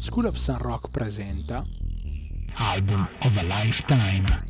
School of Sun Rock presenta Album of a Lifetime.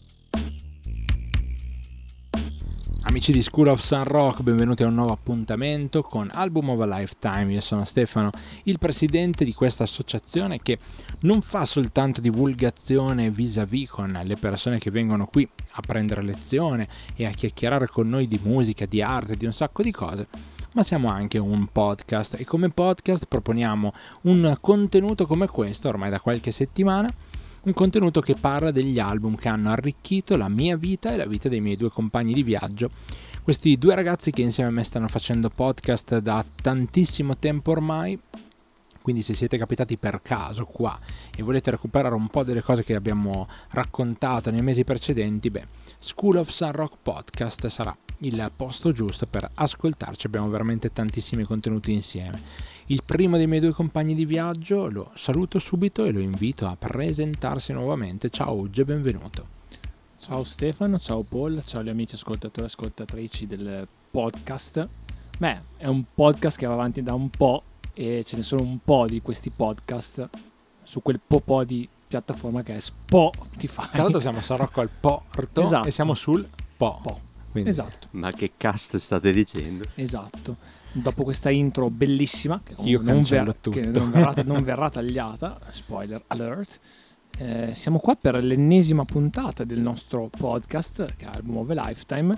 Amici di School of Sun Rock, benvenuti a un nuovo appuntamento con Album of a Lifetime. Io sono Stefano, il presidente di questa associazione che non fa soltanto divulgazione vis-à-vis con le persone che vengono qui a prendere lezione e a chiacchierare con noi di musica, di arte, di un sacco di cose, ma siamo anche un podcast e come podcast proponiamo un contenuto come questo ormai da qualche settimana, un contenuto che parla degli album che hanno arricchito la mia vita e la vita dei miei due compagni di viaggio, questi due ragazzi che insieme a me stanno facendo podcast da tantissimo tempo ormai. Quindi se siete capitati per caso qua e volete recuperare un po' delle cose che abbiamo raccontato nei mesi precedenti, School of Sun Rock Podcast sarà il posto giusto per ascoltarci. Abbiamo veramente tantissimi contenuti insieme. Il primo dei miei due compagni di viaggio lo saluto subito e lo invito a presentarsi nuovamente. Ciao Uge, benvenuto. Ciao Stefano, ciao Paul, ciao gli amici ascoltatori e ascoltatrici del podcast. È un podcast che va avanti da un po' e ce ne sono un po' di questi podcast su quel po' di piattaforma che è Spotify. Tra l'altro siamo a San Rocco al Porto, esatto. E siamo sul Po. Quindi. Esatto. Ma che cast state dicendo? Esatto. Dopo questa intro bellissima che io cancello tutto, che non verrà tagliata, spoiler alert, siamo qua per l'ennesima puntata del nostro podcast che è Album of a Lifetime.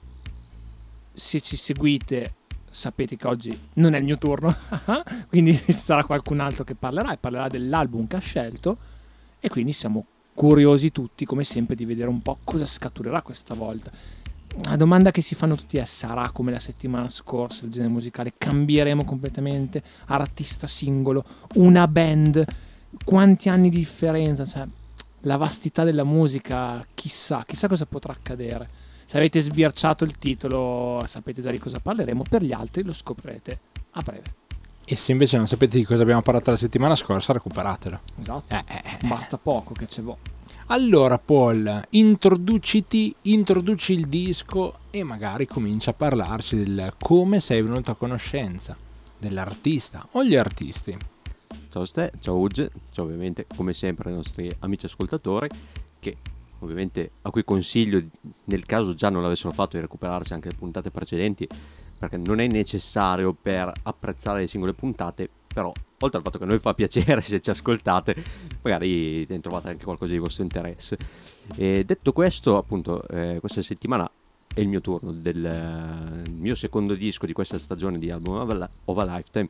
Se ci seguite sapete che oggi non è il mio turno quindi sarà qualcun altro che parlerà dell'album che ha scelto, e quindi siamo curiosi tutti come sempre di vedere un po' cosa scaturirà questa volta. La domanda che si fanno tutti è: sarà come la settimana scorsa il genere musicale? Cambieremo completamente? Artista singolo? Una band? Quanti anni di differenza? Cioè, la vastità della musica, chissà cosa potrà accadere. Se avete sbirciato il titolo sapete già di cosa parleremo, per gli altri lo scoprirete a breve. E se invece non sapete di cosa abbiamo parlato la settimana scorsa, recuperatelo. Esatto, basta poco che ce vo'. Allora Paul, introduci il disco e magari comincia a parlarci del come sei venuto a conoscenza dell'artista o gli artisti. Ciao Ste, ciao Uge, ciao ovviamente come sempre ai nostri amici ascoltatori, che ovviamente a cui consiglio, nel caso già non l'avessero fatto, di recuperarsi anche le puntate precedenti, perché non è necessario per apprezzare le singole puntate, però oltre al fatto che a noi fa piacere se ci ascoltate, magari trovate anche qualcosa di vostro interesse. E detto questo, appunto, questa settimana è il mio turno del mio secondo disco di questa stagione di Album of a Lifetime,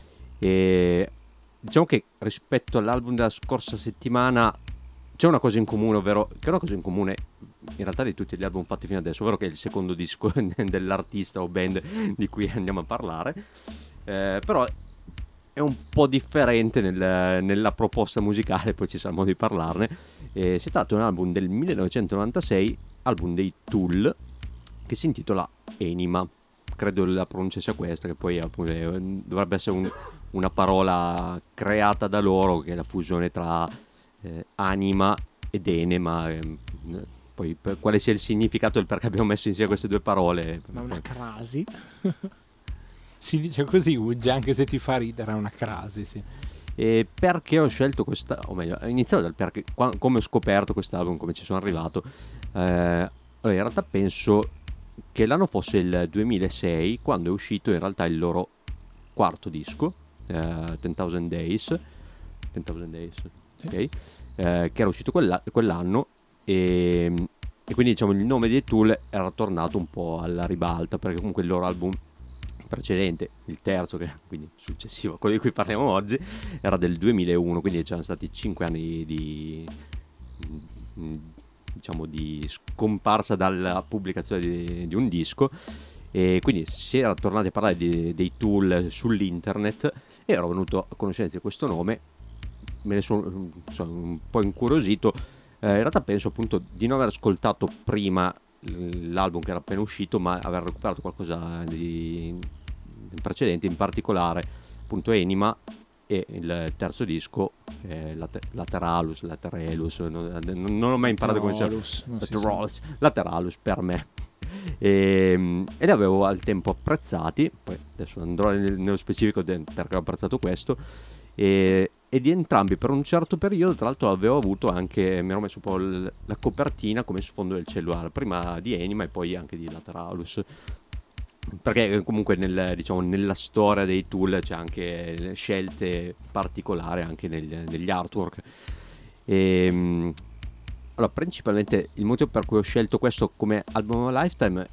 e diciamo che rispetto all'album della scorsa settimana c'è una cosa in comune, ovvero che è una cosa in comune in realtà di tutti gli album fatti fino adesso, ovvero che è il secondo disco dell'artista o band di cui andiamo a parlare, però è un po' differente nella proposta musicale, poi ci sarà modo di parlarne. Si tratta di un album del 1996, album dei Tool, che si intitola Enima. Credo la pronuncia sia questa, che poi appunto dovrebbe essere una parola creata da loro, che è la fusione tra anima ed enema. Poi quale sia il significato del perché abbiamo messo insieme queste due parole? Ma una crasi? Si dice così, Uge, anche se ti fa ridere, è una crasi, sì. E perché ho scelto questa, o meglio, iniziamo dal perché, come ho scoperto quest'album, come ci sono arrivato. Allora, in realtà penso che l'anno fosse il 2006, quando è uscito in realtà il loro quarto disco, 10,000 Days, ok, che era uscito quell'anno, e quindi diciamo il nome dei Tool era tornato un po' alla ribalta, perché comunque il loro album precedente, il terzo, che quindi successivo a quello di cui parliamo oggi, era del 2001, quindi c'erano stati 5 anni di scomparsa dalla pubblicazione di un disco, e quindi si era tornati a parlare dei Tool sull'internet, e ero venuto a conoscenza di questo nome, me ne sono un po' incuriosito. In realtà penso appunto di non aver ascoltato prima l'album che era appena uscito, ma aver recuperato qualcosa di precedente, in particolare appunto Enima e il terzo disco Lateralus, non ho mai imparato come si chiama, Lateralus per me, e li avevo al tempo apprezzati. Poi adesso andrò nello specifico perché ho apprezzato questo, e e di entrambi per un certo periodo. Tra l'altro avevo avuto anche, mi ero messo un po' la copertina come sfondo del cellulare, prima di Enima e poi anche di Lateralus, perché comunque diciamo, nella storia dei tool c'è anche scelte particolari anche negli artwork. Allora, principalmente il motivo per cui ho scelto questo come album of a lifetime,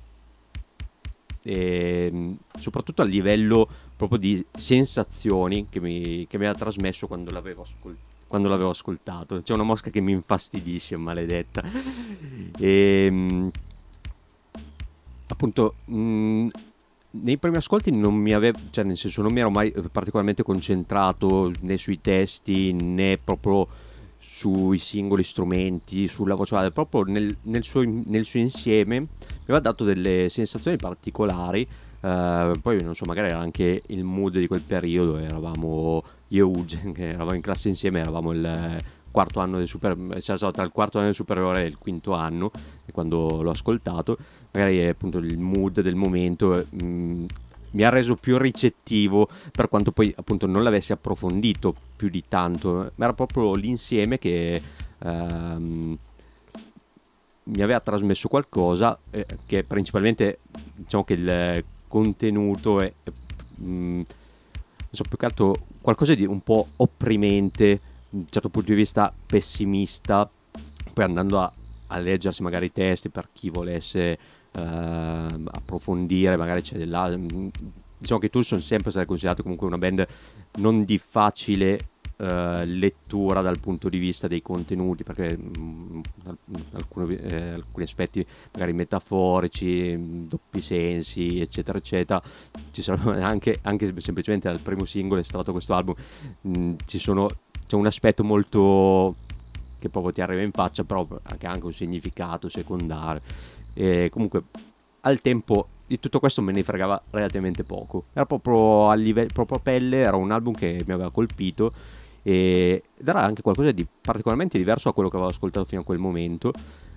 soprattutto a livello proprio di sensazioni che mi aveva trasmesso quando l'avevo ascoltato. C'è una mosca che mi infastidisce, maledetta. Appunto, nei primi ascolti non mi ero mai particolarmente concentrato né sui testi né proprio sui singoli strumenti, sulla voce, proprio nel suo insieme mi aveva dato delle sensazioni particolari. Poi non so, magari era anche il mood di quel periodo, eravamo io e Uge, che eravamo in classe insieme, eravamo il quarto anno del tra il quarto anno del superiore e il quinto anno, e quando l'ho ascoltato magari appunto il mood del momento mi ha reso più ricettivo, per quanto poi appunto non l'avessi approfondito più di tanto, ma era proprio l'insieme che mi aveva trasmesso qualcosa, che principalmente diciamo che il contenuto è non so, più che altro qualcosa di un po' opprimente da un certo punto di vista, pessimista. Poi andando a leggersi magari i testi per chi volesse approfondire, magari c'è diciamo che i Tool sono sempre stati considerati comunque una band non di facile lettura dal punto di vista dei contenuti, perché alcuni aspetti magari metaforici, doppi sensi, eccetera eccetera, ci sono anche semplicemente dal primo singolo estratto questo album, c'è un aspetto molto che proprio ti arriva in faccia, però che ha anche un significato secondario. E comunque al tempo di tutto questo me ne fregava relativamente poco, era proprio a livello, proprio a pelle, era un album che mi aveva colpito ed era anche qualcosa di particolarmente diverso da quello che avevo ascoltato fino a quel momento,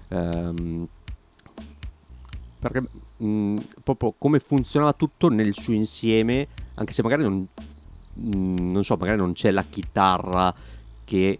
perché proprio come funzionava tutto nel suo insieme, anche se magari non so, magari non c'è la chitarra che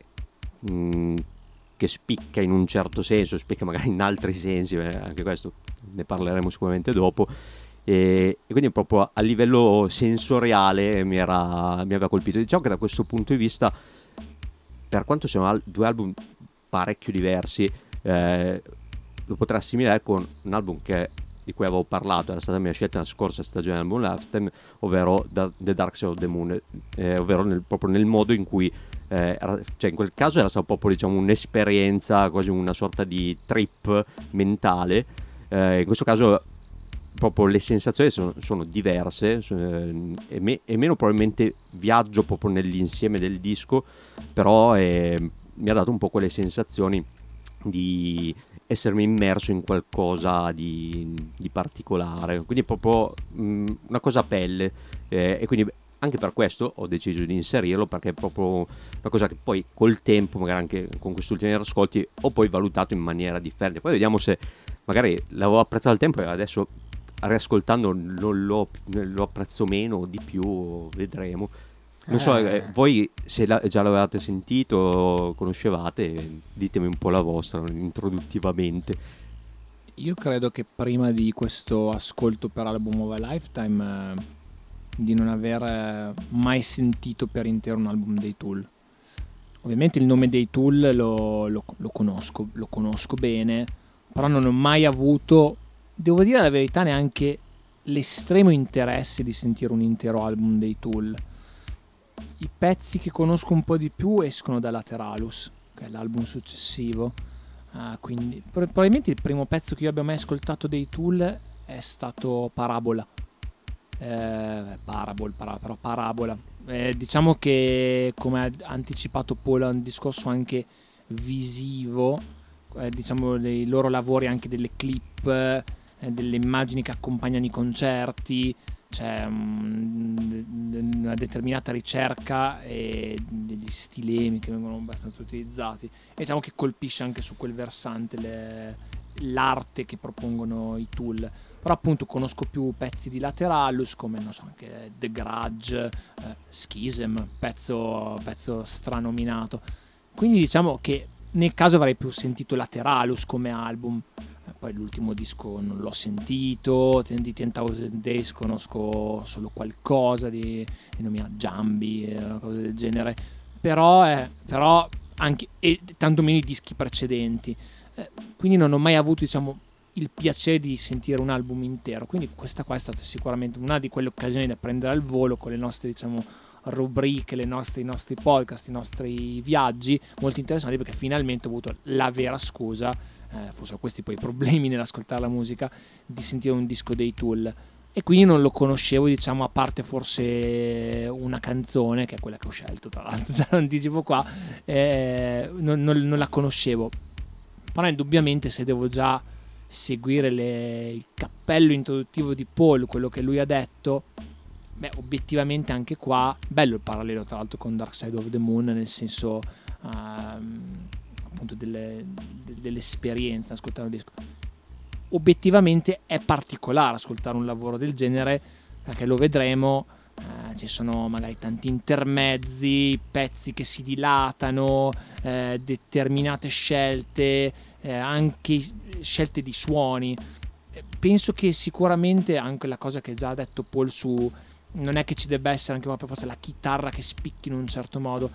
spicca in un certo senso, spicca magari in altri sensi, anche questo ne parleremo sicuramente dopo, e quindi proprio a livello sensoriale mi aveva colpito. Diciamo che da questo punto di vista, per quanto siano due album parecchio diversi, lo potrei assimilare con un album di cui avevo parlato, era stata la mia scelta nella scorsa stagione dell'album Lifetime, ovvero The Dark Side of the Moon, ovvero proprio nel modo in cui cioè in quel caso era stato proprio, diciamo, un'esperienza, quasi una sorta di trip mentale. In questo caso proprio le sensazioni sono diverse, e meno probabilmente viaggio proprio nell'insieme del disco, però mi ha dato un po' quelle sensazioni di essermi immerso in qualcosa di particolare, quindi proprio una cosa a pelle, e quindi anche per questo ho deciso di inserirlo, perché è proprio una cosa che poi col tempo, magari anche con questi ultimi ascolti, ho poi valutato in maniera differente. Poi vediamo se magari l'avevo apprezzato al tempo e adesso riascoltando lo apprezzo meno o di più, vedremo. Non so, voi se già l'avevate sentito, conoscevate, ditemi un po' la vostra introduttivamente. Io credo che prima di questo ascolto per Album of a Lifetime di non aver mai sentito per intero un album dei Tool. Ovviamente il nome dei Tool lo conosco bene, però non ho mai avuto, devo dire la verità, neanche l'estremo interesse di sentire un intero album dei Tool. I pezzi che conosco un po' di più escono da Lateralus, che è l'album successivo, quindi probabilmente il primo pezzo che io abbia mai ascoltato dei Tool è stato Parabola. Parabola. Diciamo che, come ha anticipato Paul, è un discorso anche visivo, diciamo i loro lavori, anche delle clip, delle immagini che accompagnano i concerti, c'è una determinata ricerca e degli stilemi che vengono abbastanza utilizzati, e diciamo che colpisce anche su quel versante l'arte che propongono i Tool. Però appunto conosco più pezzi di Lateralus come, non so, anche The Grudge, Schism, pezzo stranominato. Quindi diciamo che nel caso avrei più sentito Lateralus come album. Poi l'ultimo disco non l'ho sentito, di 10,000 Days conosco solo qualcosa di nomina Jambi, una cosa del genere, però anche, e tanto meno i dischi precedenti, quindi non ho mai avuto, diciamo, il piacere di sentire un album intero. Quindi questa qua è stata sicuramente una di quelle occasioni da prendere al volo con le nostre, diciamo, rubriche, i nostri podcast, i nostri viaggi, molto interessanti, perché finalmente ho avuto la vera scusa, fossero questi poi i problemi nell'ascoltare la musica, di sentire un disco dei Tool. E quindi non lo conoscevo, diciamo, a parte forse una canzone, che è quella che ho scelto, tra l'altro, già lo anticipo qua, non la conoscevo. Però indubbiamente, se devo già seguire il cappello introduttivo di Paul, quello che lui ha detto, beh, obiettivamente anche qua, bello il parallelo tra l'altro con Dark Side of the Moon, nel senso appunto dell'esperienza ascoltare un disco. Obiettivamente è particolare ascoltare un lavoro del genere, perché lo vedremo, ci sono magari tanti intermezzi, pezzi che si dilatano, determinate scelte, anche scelte di suoni. Penso che sicuramente anche la cosa che già ha detto Paul su non è che ci debba essere anche qua per forza la chitarra che spicchi in un certo modo,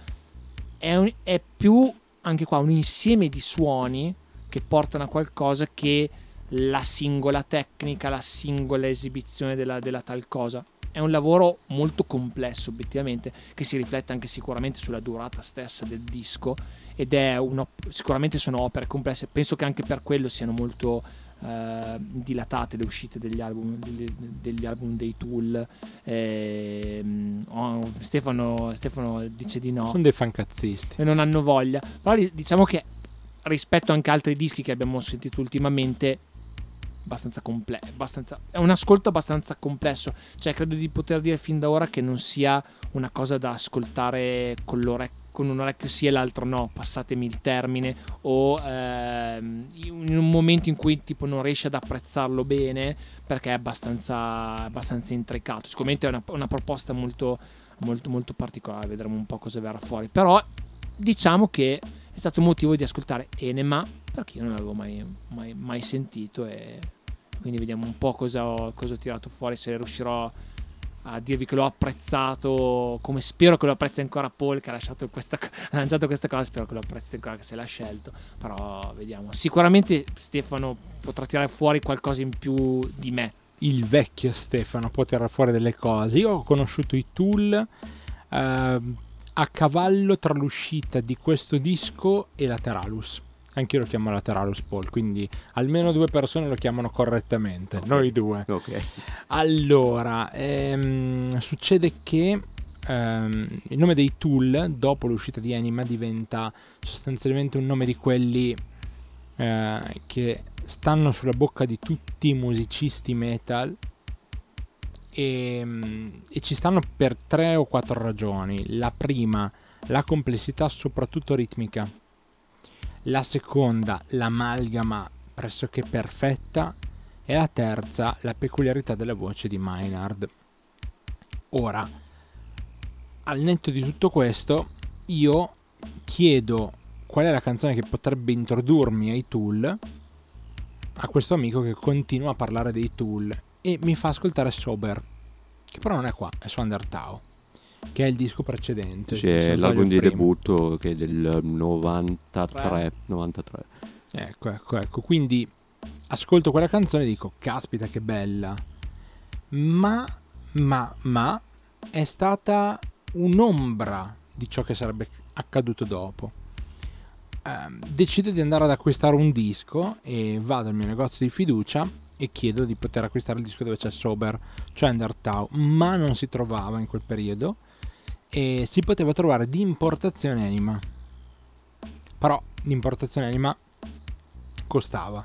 è più anche qua un insieme di suoni che portano a qualcosa che la singola tecnica, la singola esibizione della tal cosa. È un lavoro molto complesso obiettivamente, che si riflette anche sicuramente sulla durata stessa del disco, ed è sicuramente sono opere complesse. Penso che anche per quello siano molto dilatate le uscite degli album dei Tool. Stefano dice di no, sono dei fancazzisti e non hanno voglia. Però diciamo che rispetto anche a altri dischi che abbiamo sentito ultimamente, è un ascolto abbastanza complesso. Cioè, credo di poter dire fin da ora che non sia una cosa da ascoltare con un orecchio sì e l'altro no, passatemi il termine, o in un momento in cui tipo non riesci ad apprezzarlo bene, perché è abbastanza intricato. Sicuramente è una proposta molto, molto, molto particolare, vedremo un po' cosa verrà fuori. Però diciamo che è stato un motivo di ascoltare Enema, perché io non l'avevo mai sentito, e quindi vediamo un po' cosa ho tirato fuori, se riuscirò a dirvi che l'ho apprezzato, come spero che lo apprezzi ancora Paul, che ha lanciato questa cosa. Spero che lo apprezzi ancora, che se l'ha scelto, però vediamo. Sicuramente Stefano potrà tirare fuori qualcosa in più di me. Il vecchio Stefano può tirare fuori delle cose. Io ho conosciuto i Tool a cavallo tra l'uscita di questo disco e Lateralus. Anche io lo chiamo Lateralus Paul, quindi almeno 2 persone lo chiamano correttamente, okay. Noi 2. Okay. Allora, succede che il nome dei Tool, dopo l'uscita di Anima, diventa sostanzialmente un nome di quelli che stanno sulla bocca di tutti i musicisti metal, e ci stanno per 3 o 4 ragioni. La prima, la complessità soprattutto ritmica. La seconda, l'amalgama pressoché perfetta, e la terza, la peculiarità della voce di Maynard. Ora, al netto di tutto questo, io chiedo qual è la canzone che potrebbe introdurmi ai Tool a questo amico che continua a parlare dei Tool, e mi fa ascoltare Sober, che però non è qua, è su Undertow, che è il disco precedente. C'è l'album di debutto, che è del 93. Ecco, quindi ascolto quella canzone e dico caspita che bella, ma è stata un'ombra di ciò che sarebbe accaduto dopo. Decido di andare ad acquistare un disco e vado al mio negozio di fiducia e chiedo di poter acquistare il disco dove c'è Sober, cioè Undertow, ma non si trovava in quel periodo e si poteva trovare di importazione Anima, però l'importazione Anima costava,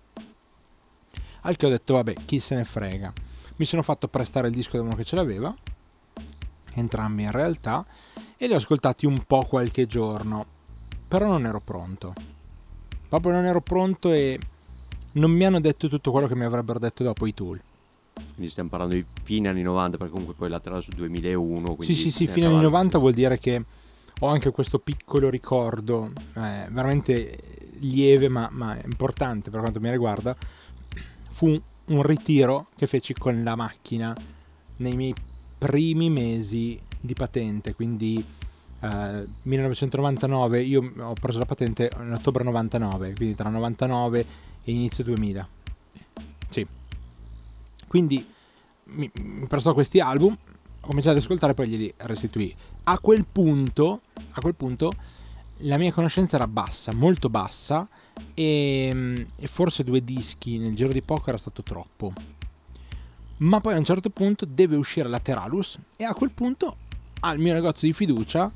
al che ho detto vabbè, chi se ne frega. Mi sono fatto prestare il disco da uno che ce l'aveva, entrambi in realtà, e li ho ascoltati un po' qualche giorno, però non ero pronto, proprio non ero pronto, e non mi hanno detto tutto quello che mi avrebbero detto dopo i Tool. Quindi stiamo parlando di fine anni 90, perché comunque poi laterale su 2001. Sì, fine anni 90 vuol dire che ho anche questo piccolo ricordo, veramente lieve ma importante per quanto mi riguarda. Fu un ritiro che feci con la macchina nei miei primi mesi di patente, quindi 1999, io ho preso la patente in ottobre 99, quindi tra 99 e inizio 2000. Sì. Quindi mi prestò questi album, ho cominciato ad ascoltare e poi glieli restituì. A quel punto la mia conoscenza era bassa, molto bassa, e forse 2 dischi nel giro di poco era stato troppo. Ma poi a un certo punto deve uscire Lateralus e a quel punto al mio negozio di fiducia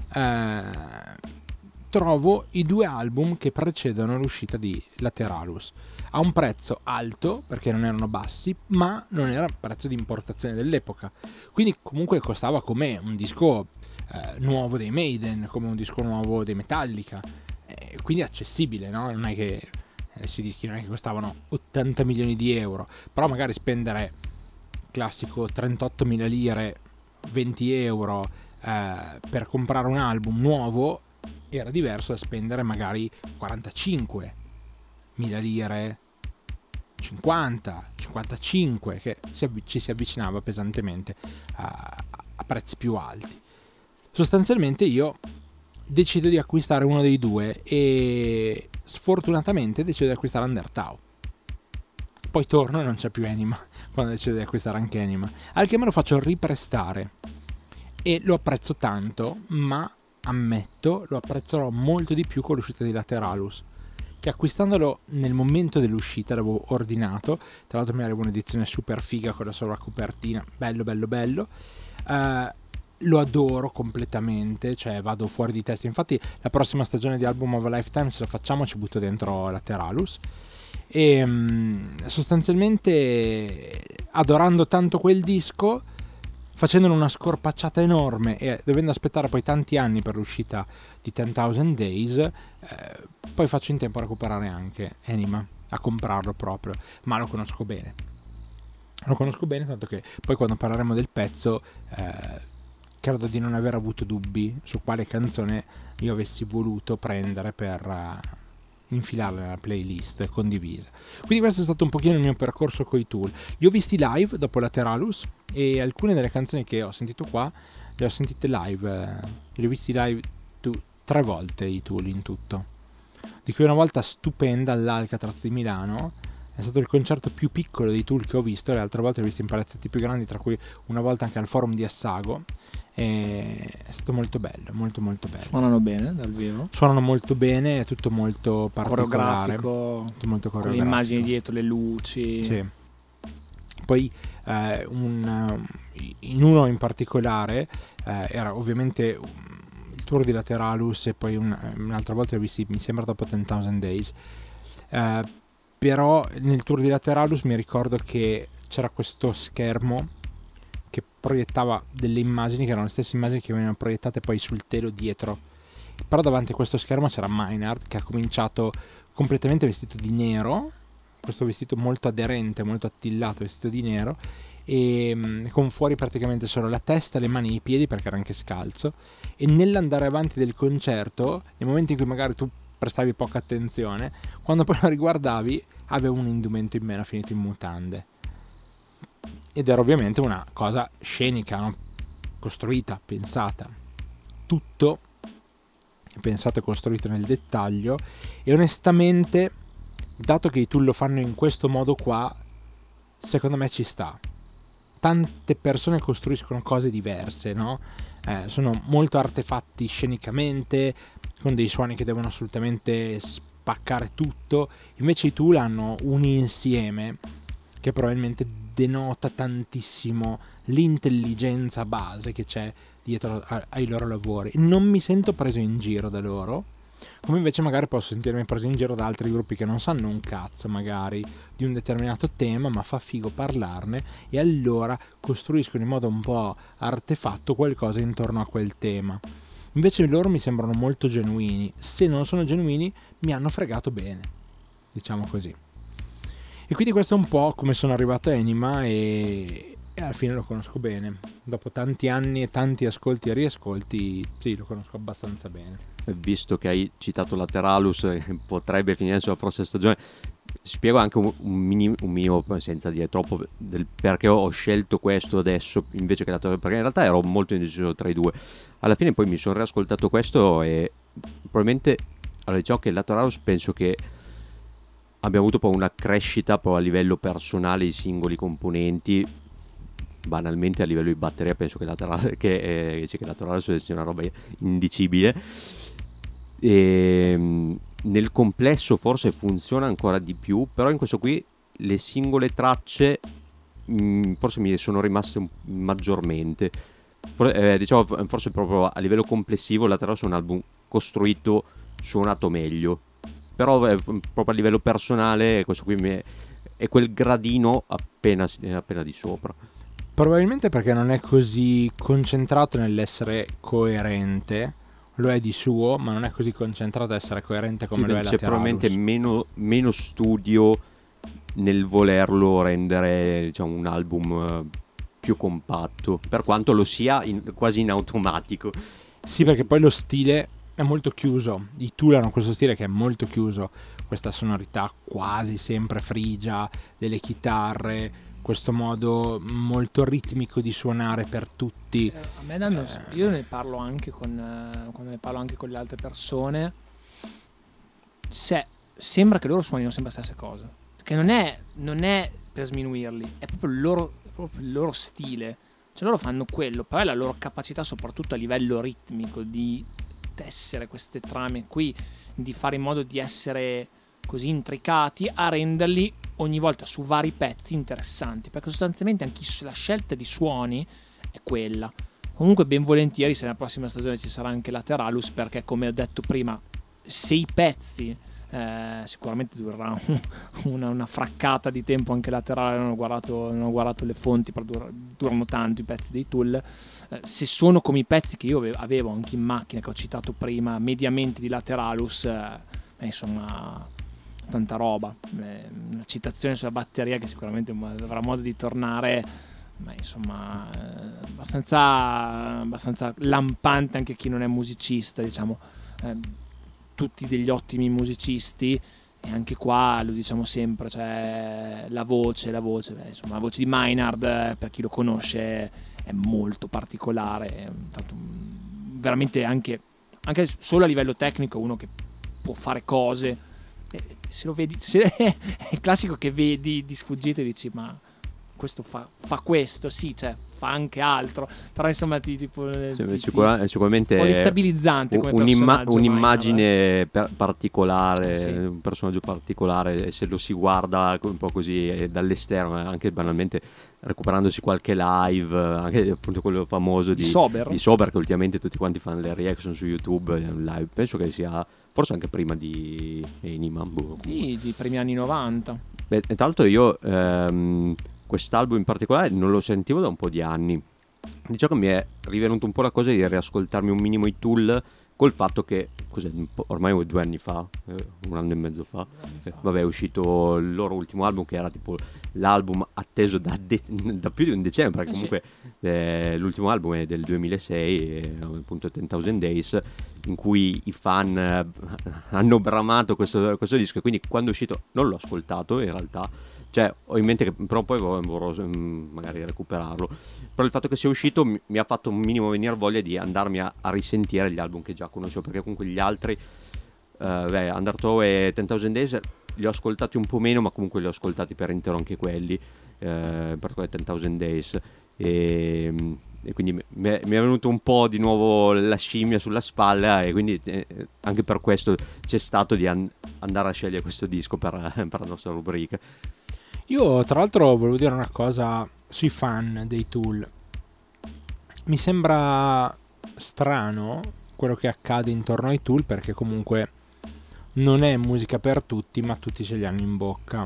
trovo i 2 album che precedono l'uscita di Lateralus a un prezzo alto, perché non erano bassi, ma non era prezzo di importazione dell'epoca, quindi comunque costava come un disco nuovo dei Maiden, come un disco nuovo dei Metallica, quindi accessibile, no? Non è che i dischi non è che costavano 80 milioni di euro, però magari spendere classico 38.000 lire, 20 euro per comprare un album nuovo era diverso da spendere magari 45.000 lire, 50, 55, che ci si avvicinava pesantemente a prezzi più alti. Sostanzialmente io decido di acquistare uno dei 2 e sfortunatamente decido di acquistare Undertow. Poi torno e non c'è più Anima quando decido di acquistare anche Anima, al che me lo faccio riprestare e lo apprezzo tanto, ma ammetto lo apprezzerò molto di più con l'uscita di Lateralus, che acquistandolo nel momento dell'uscita l'avevo ordinato, tra l'altro mi arriva un'edizione super figa con la sovracopertina, bello, lo adoro completamente, cioè vado fuori di testa. Infatti la prossima stagione di Album of a Lifetime, se la facciamo, ci butto dentro Lateralus. E sostanzialmente adorando tanto quel disco, facendone una scorpacciata enorme e dovendo aspettare poi tanti anni per l'uscita di 10,000 Days, poi faccio in tempo a recuperare anche Anima, a comprarlo proprio, ma lo conosco bene, tanto che poi quando parleremo del pezzo credo di non aver avuto dubbi su quale canzone io avessi voluto prendere per infilarla nella playlist condivisa. Quindi questo è stato un pochino il mio percorso coi Tool. Li ho visti live dopo Lateralus e alcune delle canzoni che ho sentito qua le ho sentite live, li ho visti live 3 volte i Tool in tutto, di cui una volta stupenda all'Alcatraz di Milano. È stato il concerto più piccolo dei Tool che ho visto, le altre volte li ho visti in palazzetti più grandi, tra cui una volta anche al Forum di Assago, e è stato molto bello, molto bello. Suonano bene dal vivo? Suonano molto bene, è tutto molto particolare, tutto molto coreografico, con le immagini dietro, le luci. Sì. Poi in uno in particolare era ovviamente il tour di Lateralus e poi un'altra volta l'ho visti, mi sembra dopo 10,000 Days, però nel tour di Lateralus mi ricordo che c'era questo schermo che proiettava delle immagini che erano le stesse immagini che venivano proiettate poi sul telo dietro, però davanti a questo schermo c'era Maynard che ha cominciato completamente vestito di nero, questo vestito molto aderente, molto attillato, vestito di nero, e con fuori praticamente solo la testa, le mani e i piedi perché era anche scalzo, e nell'andare avanti del concerto, nei momenti in cui magari tu prestavi poca attenzione, quando poi lo riguardavi aveva un indumento in meno finito in mutande, ed era ovviamente una cosa scenica, no? Costruita, pensata, tutto pensato e costruito nel dettaglio, e onestamente, dato che i Tool lo fanno in questo modo qua, secondo me ci sta. Tante persone costruiscono cose diverse, no? Sono molto artefatti scenicamente, con dei suoni che devono assolutamente spaccare tutto. Invece i Tool hanno un insieme che probabilmente denota tantissimo l'intelligenza base che c'è dietro ai loro lavori. Non mi sento preso in giro da loro, come invece magari posso sentirmi preso in giro da altri gruppi che non sanno un cazzo magari di un determinato tema, ma fa figo parlarne, e allora costruiscono in modo un po' artefatto qualcosa intorno a quel tema. Invece loro mi sembrano molto genuini. Se non sono genuini mi hanno fregato bene, diciamo così. E quindi questo è un po' come sono arrivato a Enima e alla fine lo conosco bene. Dopo tanti anni e tanti ascolti e riascolti, sì, lo conosco abbastanza bene. Visto che hai citato Lateralus, potrebbe finire sulla prossima stagione, spiego anche un minimo, senza dire troppo, del perché ho scelto questo adesso invece che Lateralus, perché in realtà ero molto indeciso tra i due. Alla fine poi mi sono riascoltato questo e probabilmente, allora diciamo che Lateralus penso che abbia avuto poi una crescita poi a livello personale i singoli componenti. Banalmente a livello di batteria penso che Lateralus sia una roba indicibile, e nel complesso forse funziona ancora di più, però in questo qui le singole tracce forse mi sono rimaste maggiormente, diciamo forse proprio a livello complessivo Lateralus è un album costruito, suonato meglio, però proprio a livello personale questo qui è quel gradino appena di sopra. Probabilmente perché non è così concentrato nell'essere coerente, lo è di suo, ma non è così concentrato ad essere coerente come lo è c'è Lateralus. probabilmente meno studio nel volerlo rendere, diciamo, un album più compatto, per quanto lo sia quasi in automatico. Sì, perché poi lo stile è molto chiuso, i Tool hanno questo stile che è molto chiuso, questa sonorità quasi sempre frigia delle chitarre, questo modo molto ritmico di suonare per tutti. A me io ne parlo anche quando ne parlo anche con le altre persone, sembra che loro suonino sempre la stessa cosa, che non è per sminuirli, è proprio il loro stile, cioè loro fanno quello, però è la loro capacità soprattutto a livello ritmico di tessere queste trame qui, di fare in modo di essere così intricati, a renderli ogni volta su vari pezzi interessanti, perché sostanzialmente anche la scelta di suoni è quella. Comunque ben volentieri se nella prossima stagione ci sarà anche Lateralus, perché come ho detto prima, se i pezzi sicuramente durerà una fraccata di tempo anche Laterale, non ho guardato le fonti, però durano tanto i pezzi dei Tool, se sono come i pezzi che io avevo anche in macchina, che ho citato prima, mediamente di Lateralus, insomma tanta roba, una citazione sulla batteria che sicuramente avrà modo di tornare, ma insomma abbastanza lampante anche chi non è musicista, diciamo, tutti degli ottimi musicisti, e anche qua lo diciamo sempre, cioè la voce, insomma la voce di Maynard, per chi lo conosce, è molto particolare, tanto, veramente anche solo a livello tecnico, uno che può fare cose, se lo vedi, è il classico che vedi di sfuggita e dici ma questo fa questo, sì, cioè fa anche altro, però insomma sicuramente un po' destabilizzante come personaggio, un'immagine particolare, sì. Un personaggio particolare, e se lo si guarda un po' così dall'esterno, anche banalmente recuperandosi qualche live, anche appunto quello famoso di Sober, che ultimamente tutti quanti fanno le reaction su YouTube live, penso che sia forse anche prima di Enima, sì, di primi anni 90. Beh, tra l'altro io quest'album in particolare non lo sentivo da un po' di anni, diciamo che mi è rivenuto un po' la cosa di riascoltarmi un minimo i Tool, col fatto che ormai 2 anni fa, 1 anno e mezzo fa, vabbè, è uscito il loro ultimo album, che era tipo l'album atteso da più di un decennio, perché comunque l'ultimo album è del 2006, appunto 10,000 Days, in cui i fan hanno bramato questo disco, e quindi quando è uscito non l'ho ascoltato in realtà, cioè ho in mente che però poi vorrò magari recuperarlo, però il fatto che sia uscito mi ha fatto un minimo venire voglia di andarmi a risentire gli album che già conoscevo, perché comunque gli altri Undertow e 10,000 Days li ho ascoltati un po' meno, ma comunque li ho ascoltati per intero anche quelli, in particolare 10,000 Days, e quindi mi è venuto un po' di nuovo la scimmia sulla spalla, e quindi anche per questo c'è stato di andare a scegliere questo disco per la nostra rubrica. Io tra l'altro volevo dire una cosa sui fan dei Tool. Mi sembra strano quello che accade intorno ai Tool, perché comunque non è musica per tutti, ma tutti ce li hanno in bocca,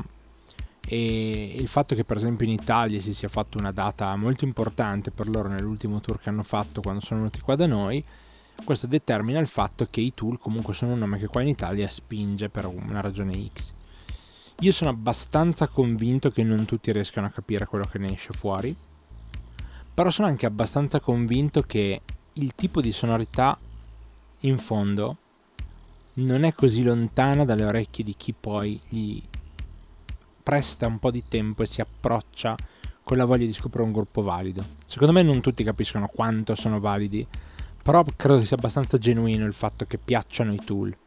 e il fatto che per esempio in Italia si sia fatto una data molto importante per loro nell'ultimo tour che hanno fatto quando sono venuti qua da noi, questo determina il fatto che i Tool comunque sono un nome che qua in Italia spinge per una ragione X. Io sono abbastanza convinto che non tutti riescano a capire quello che ne esce fuori, però sono anche abbastanza convinto che il tipo di sonorità in fondo non è così lontana dalle orecchie di chi poi gli presta un po' di tempo e si approccia con la voglia di scoprire un gruppo valido. Secondo me non tutti capiscono quanto sono validi, però credo che sia abbastanza genuino il fatto che piacciono i Tool.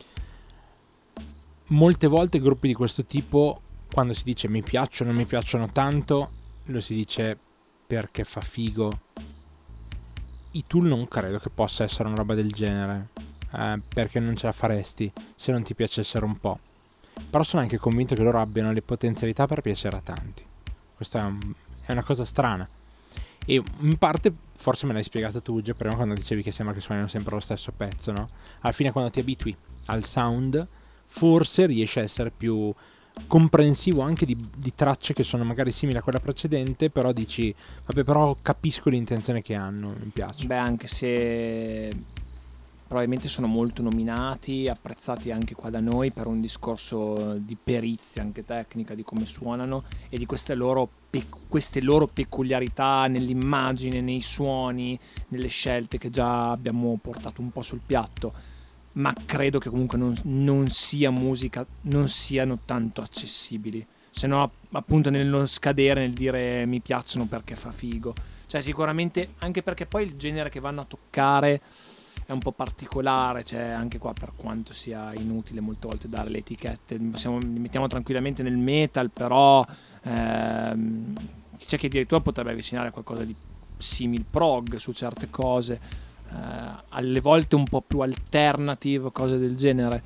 Molte volte gruppi di questo tipo, quando si dice mi piacciono tanto, lo si dice perché fa figo. I Tool non credo che possa essere una roba del genere, perché non ce la faresti se non ti piacessero un po'. Però sono anche convinto che loro abbiano le potenzialità per piacere a tanti. Questa è una cosa strana. E in parte forse me l'hai spiegato tu già prima, quando dicevi che sembra che suonino sempre lo stesso pezzo, no? Alla fine, quando ti abitui al sound, forse riesci a essere più comprensivo anche di tracce che sono magari simili a quella precedente, però dici vabbè, però capisco l'intenzione che hanno, mi piace. Beh, anche se probabilmente sono molto nominati, apprezzati anche qua da noi per un discorso di perizia anche tecnica, di come suonano e di queste loro peculiarità nell'immagine, nei suoni, nelle scelte che già abbiamo portato un po' sul piatto. Ma credo che comunque non sia musica, non siano tanto accessibili, se no appunto nello scadere, nel dire mi piacciono perché fa figo. Cioè sicuramente, anche perché poi il genere che vanno a toccare è un po' particolare, cioè anche qua, per quanto sia inutile molte volte dare le etichette, li mettiamo tranquillamente nel metal, però c'è chi addirittura potrebbe avvicinare a qualcosa di simil prog su certe cose. Alle volte un po' più alternative, cose del genere.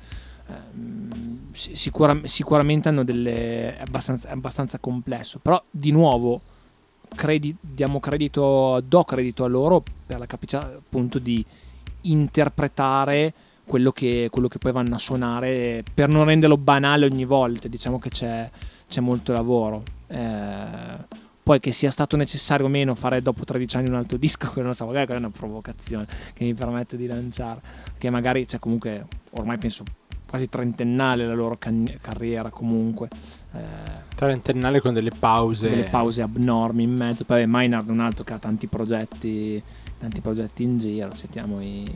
Sicuramente hanno è abbastanza complesso, però di nuovo do credito a loro per la capacità appunto di interpretare quello che poi vanno a suonare, per non renderlo banale ogni volta. Diciamo che c'è molto lavoro. Poi che sia stato necessario o meno fare dopo 13 anni un altro disco, non lo so, magari è una provocazione che mi permette di lanciare, che magari c'è comunque ormai penso quasi trentennale la loro carriera, comunque Trentennale con delle pause abnormi in mezzo. Poi Maynard è un altro che ha tanti progetti in giro. Sentiamo gli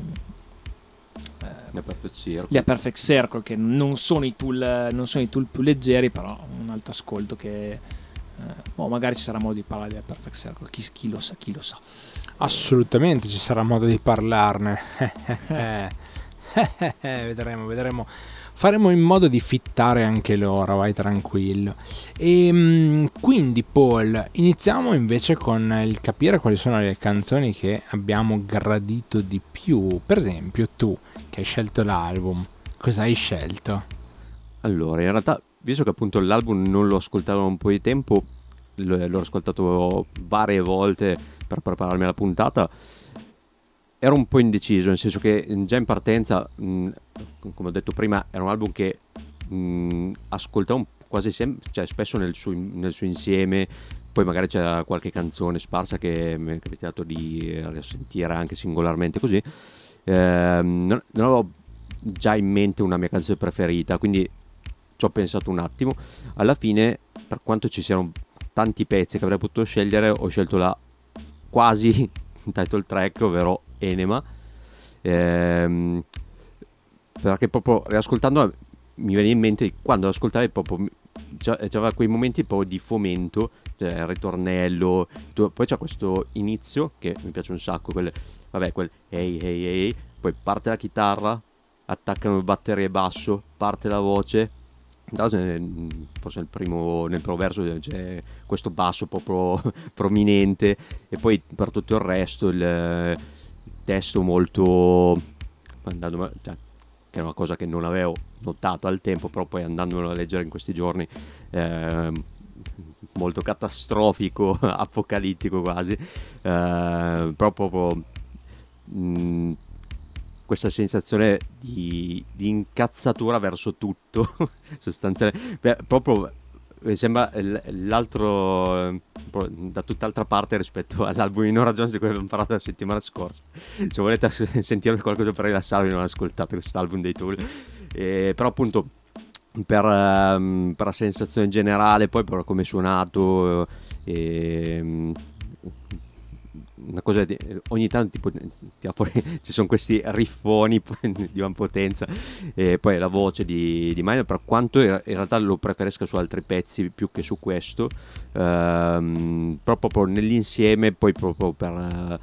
A Perfect Circle, che non sono i Tool più leggeri, però un altro ascolto che magari ci sarà modo di parlare di A Perfect Circle, chi lo sa. Assolutamente ci sarà modo di parlarne. Vedremo. Faremo in modo di fittare anche loro, vai tranquillo. E quindi Paul, iniziamo invece con il capire quali sono le canzoni che abbiamo gradito di più. Per esempio tu, che hai scelto l'album, cosa hai scelto? Allora, in realtà, visto che appunto l'album non l'ho ascoltato da un po' di tempo, l'ho ascoltato varie volte per prepararmi alla puntata, ero un po' indeciso, nel senso che già in partenza, come ho detto prima, era un album che ascoltavo quasi sempre, cioè spesso nel suo insieme. Poi magari c'era qualche canzone sparsa che mi è capitato di risentire anche singolarmente così. Non avevo già in mente una mia canzone preferita, quindi ci ho pensato un attimo. Alla fine, per quanto ci siano tanti pezzi che avrei potuto scegliere, ho scelto la quasi title track, ovvero Enema, perché proprio riascoltandola mi veniva in mente, quando l'ascoltavi proprio c'aveva quei momenti proprio di fomento, cioè il ritornello, poi c'è questo inizio che mi piace un sacco, quel hey hey hey, poi parte la chitarra, attaccano batterie e basso, parte la voce, forse nel primo verso c'è questo basso proprio prominente, e poi per tutto il resto il testo molto, che è una cosa che non avevo notato al tempo, però poi andandomelo a leggere in questi giorni, molto catastrofico, apocalittico quasi, proprio questa sensazione di incazzatura verso tutto sostanzialmente, proprio sembra l'altro, da tutt'altra parte rispetto all'album di Norah Jones di cui abbiamo parlato la settimana scorsa. Se volete sentire qualcosa per rilassarvi, non ascoltate questo album dei Tool, però appunto per la sensazione generale, poi per come è suonato, una cosa ogni tanto tipo ci sono questi riffoni di gran potenza, e poi la voce di Minor, per quanto in realtà lo preferisco su altri pezzi più che su questo, proprio nell'insieme, poi proprio per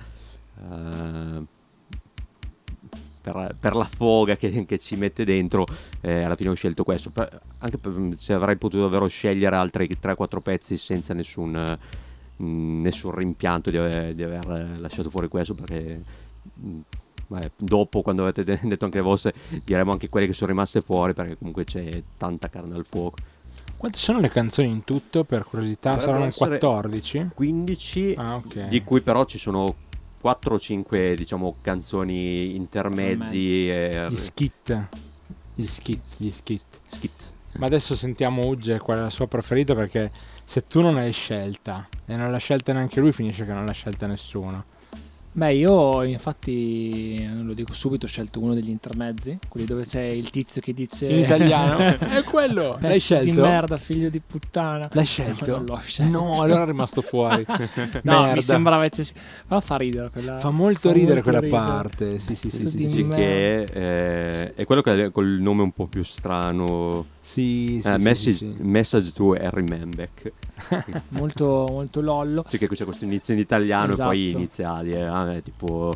la foga che ci mette dentro, alla fine ho scelto questo, anche se avrei potuto davvero scegliere altri 3-4 pezzi senza nessun rimpianto di aver lasciato fuori questo, perché dopo, quando avete detto anche le vostre, diremo anche quelle che sono rimaste fuori, perché comunque c'è tanta carne al fuoco. Quante sono le canzoni in tutto, per curiosità? Saranno 14? 15, okay. Di cui però ci sono 4 o 5, diciamo, canzoni intermezzi. Gli skit. Ma adesso sentiamo Ugge qual è la sua preferita, perché se tu non hai scelta e non l'ha scelta neanche lui, finisce che non l'ha scelta nessuno. Beh, io infatti, lo dico subito, ho scelto uno degli intermezzi, quelli dove c'è il tizio che dice in italiano. È quello. L'hai scelto? Di merda, figlio di puttana. L'hai scelto? Non l'ho scelto. No, allora è rimasto fuori. No, merda. mi sembrava eccessivo. Però fa ridere quella. Fa molto ridere quella parte. Sì, che è quello che ha col nome un po' più strano. Message to Harry Manbeck. molto, molto lollo. Sì, che c'è questo inizio in italiano, esatto. E poi inizia a dire tipo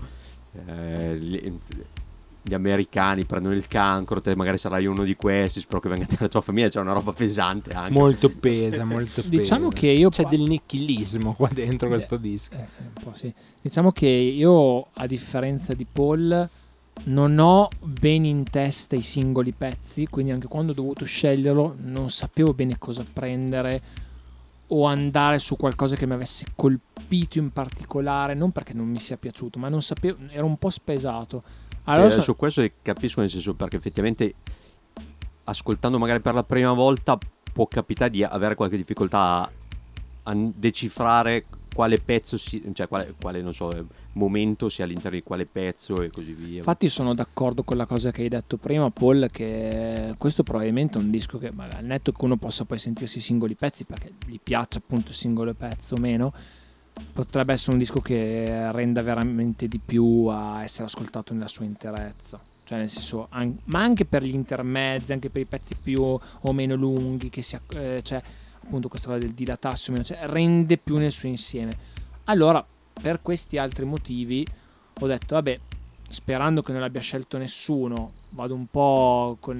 gli americani prendono il cancro, te magari sarai uno di questi, spero che venga dalla tua famiglia. C'è una roba pesante anche. Molto pesa. Diciamo che io c'è del nichilismo qua dentro questo disco. Sì, un po' sì. Diciamo che io, a differenza di Paul, non ho bene in testa i singoli pezzi, quindi anche quando ho dovuto sceglierlo non sapevo bene cosa prendere o andare su qualcosa che mi avesse colpito in particolare, non perché non mi sia piaciuto, ma non sapevo, ero un po' spesato. Allora, su questo capisco, nel senso, perché effettivamente ascoltando magari per la prima volta può capitare di avere qualche difficoltà a decifrare quale pezzo cioè quale non so, momento sia all'interno di quale pezzo e così via. Infatti sono d'accordo con la cosa che hai detto prima, Paul, che questo probabilmente è un disco che, al netto che uno possa poi sentirsi i singoli pezzi perché gli piace appunto il singolo pezzo o meno, potrebbe essere un disco che renda veramente di più a essere ascoltato nella sua interezza. Cioè, nel senso, ma anche per gli intermezzi, anche per i pezzi più o meno lunghi, che cioè appunto questa cosa del dilatarsi o meno, cioè rende più nel suo insieme. Allora, per questi altri motivi ho detto, vabbè, sperando che non l'abbia scelto nessuno, vado un po' con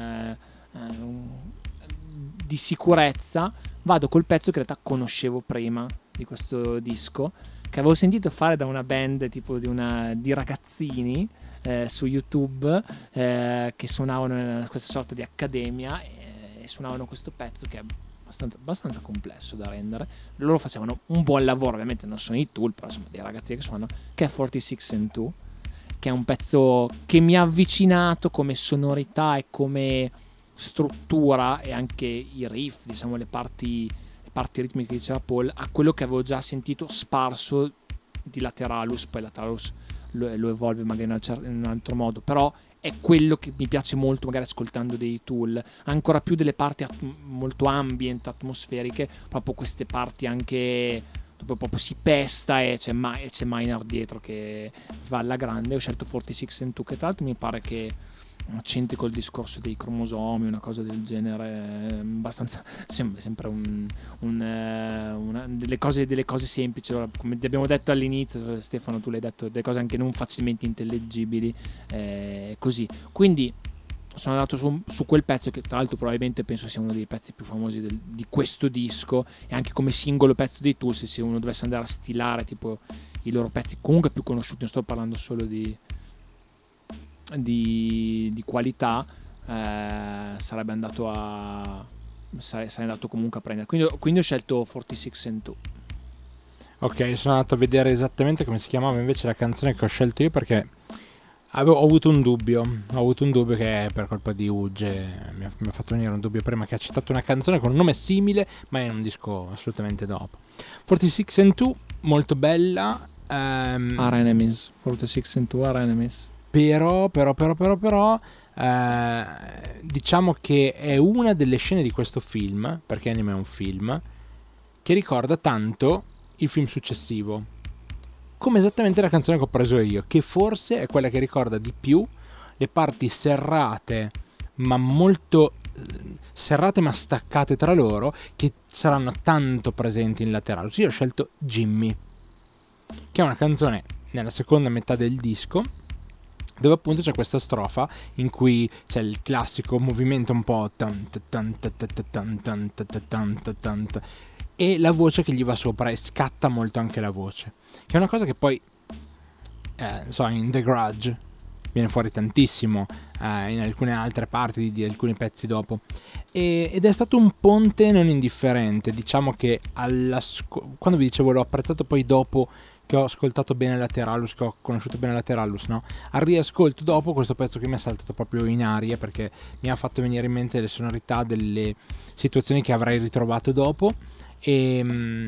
di sicurezza, vado col pezzo che in realtà conoscevo prima di questo disco, che avevo sentito fare da una band tipo di ragazzini su YouTube, che suonavano in questa sorta di accademia e suonavano questo pezzo che è abbastanza complesso da rendere. Loro facevano un buon lavoro, ovviamente non sono i Tool, però sono dei ragazzi che suonano, che è 46&2, che è un pezzo che mi ha avvicinato come sonorità e come struttura, e anche i riff, diciamo le parti ritmiche che diceva Paul, a quello che avevo già sentito sparso di Lateralus. Poi Lateralus lo evolve magari in un altro modo, però è quello che mi piace molto magari ascoltando dei Tool, ancora più delle parti molto ambient, atmosferiche, proprio queste parti anche dove proprio si pesta e c'è Minor dietro che va alla grande. Ho scelto 46&2, che tra l'altro mi pare che accenti col discorso dei cromosomi, una cosa del genere, abbastanza sempre delle cose semplici. Come abbiamo detto all'inizio, Stefano, tu l'hai detto, delle cose anche non facilmente intellegibili, così. Quindi sono andato su quel pezzo, che tra l'altro probabilmente penso sia uno dei pezzi più famosi di questo disco, e anche come singolo pezzo dei Tool, se uno dovesse andare a stilare tipo i loro pezzi comunque più conosciuti, non sto parlando solo di qualità, sarebbe andato comunque a prendere, quindi ho scelto 46&2. Ok, sono andato a vedere esattamente come si chiamava invece la canzone che ho scelto io, perché ho avuto un dubbio che per colpa di Uge mi ha fatto venire un dubbio prima, che ha citato una canzone con un nome simile ma in un disco assolutamente dopo. 46&2, molto bella. Our Enemies, 46&2 Our Enemies. Però, diciamo che è una delle scene di questo film, perché Anima è un film, che ricorda tanto il film successivo, come esattamente la canzone che ho preso io, che forse è quella che ricorda di più le parti serrate, ma molto serrate ma staccate tra loro, che saranno tanto presenti in Lateralus. Io ho scelto Jimmy, che è una canzone nella seconda metà del disco, dove appunto c'è questa strofa in cui c'è il classico movimento un po' e la voce che gli va sopra, e scatta molto anche la voce, che è una cosa che poi in The Grudge viene fuori tantissimo, in alcune altre parti di alcuni pezzi dopo, ed è stato un ponte non indifferente. Diciamo che quando vi dicevo l'ho apprezzato poi dopo che ho ascoltato bene Lateralus, che ho conosciuto bene Lateralus, no? Al riascolto dopo, questo pezzo che mi è saltato proprio in aria, perché mi ha fatto venire in mente le sonorità delle situazioni che avrei ritrovato dopo, e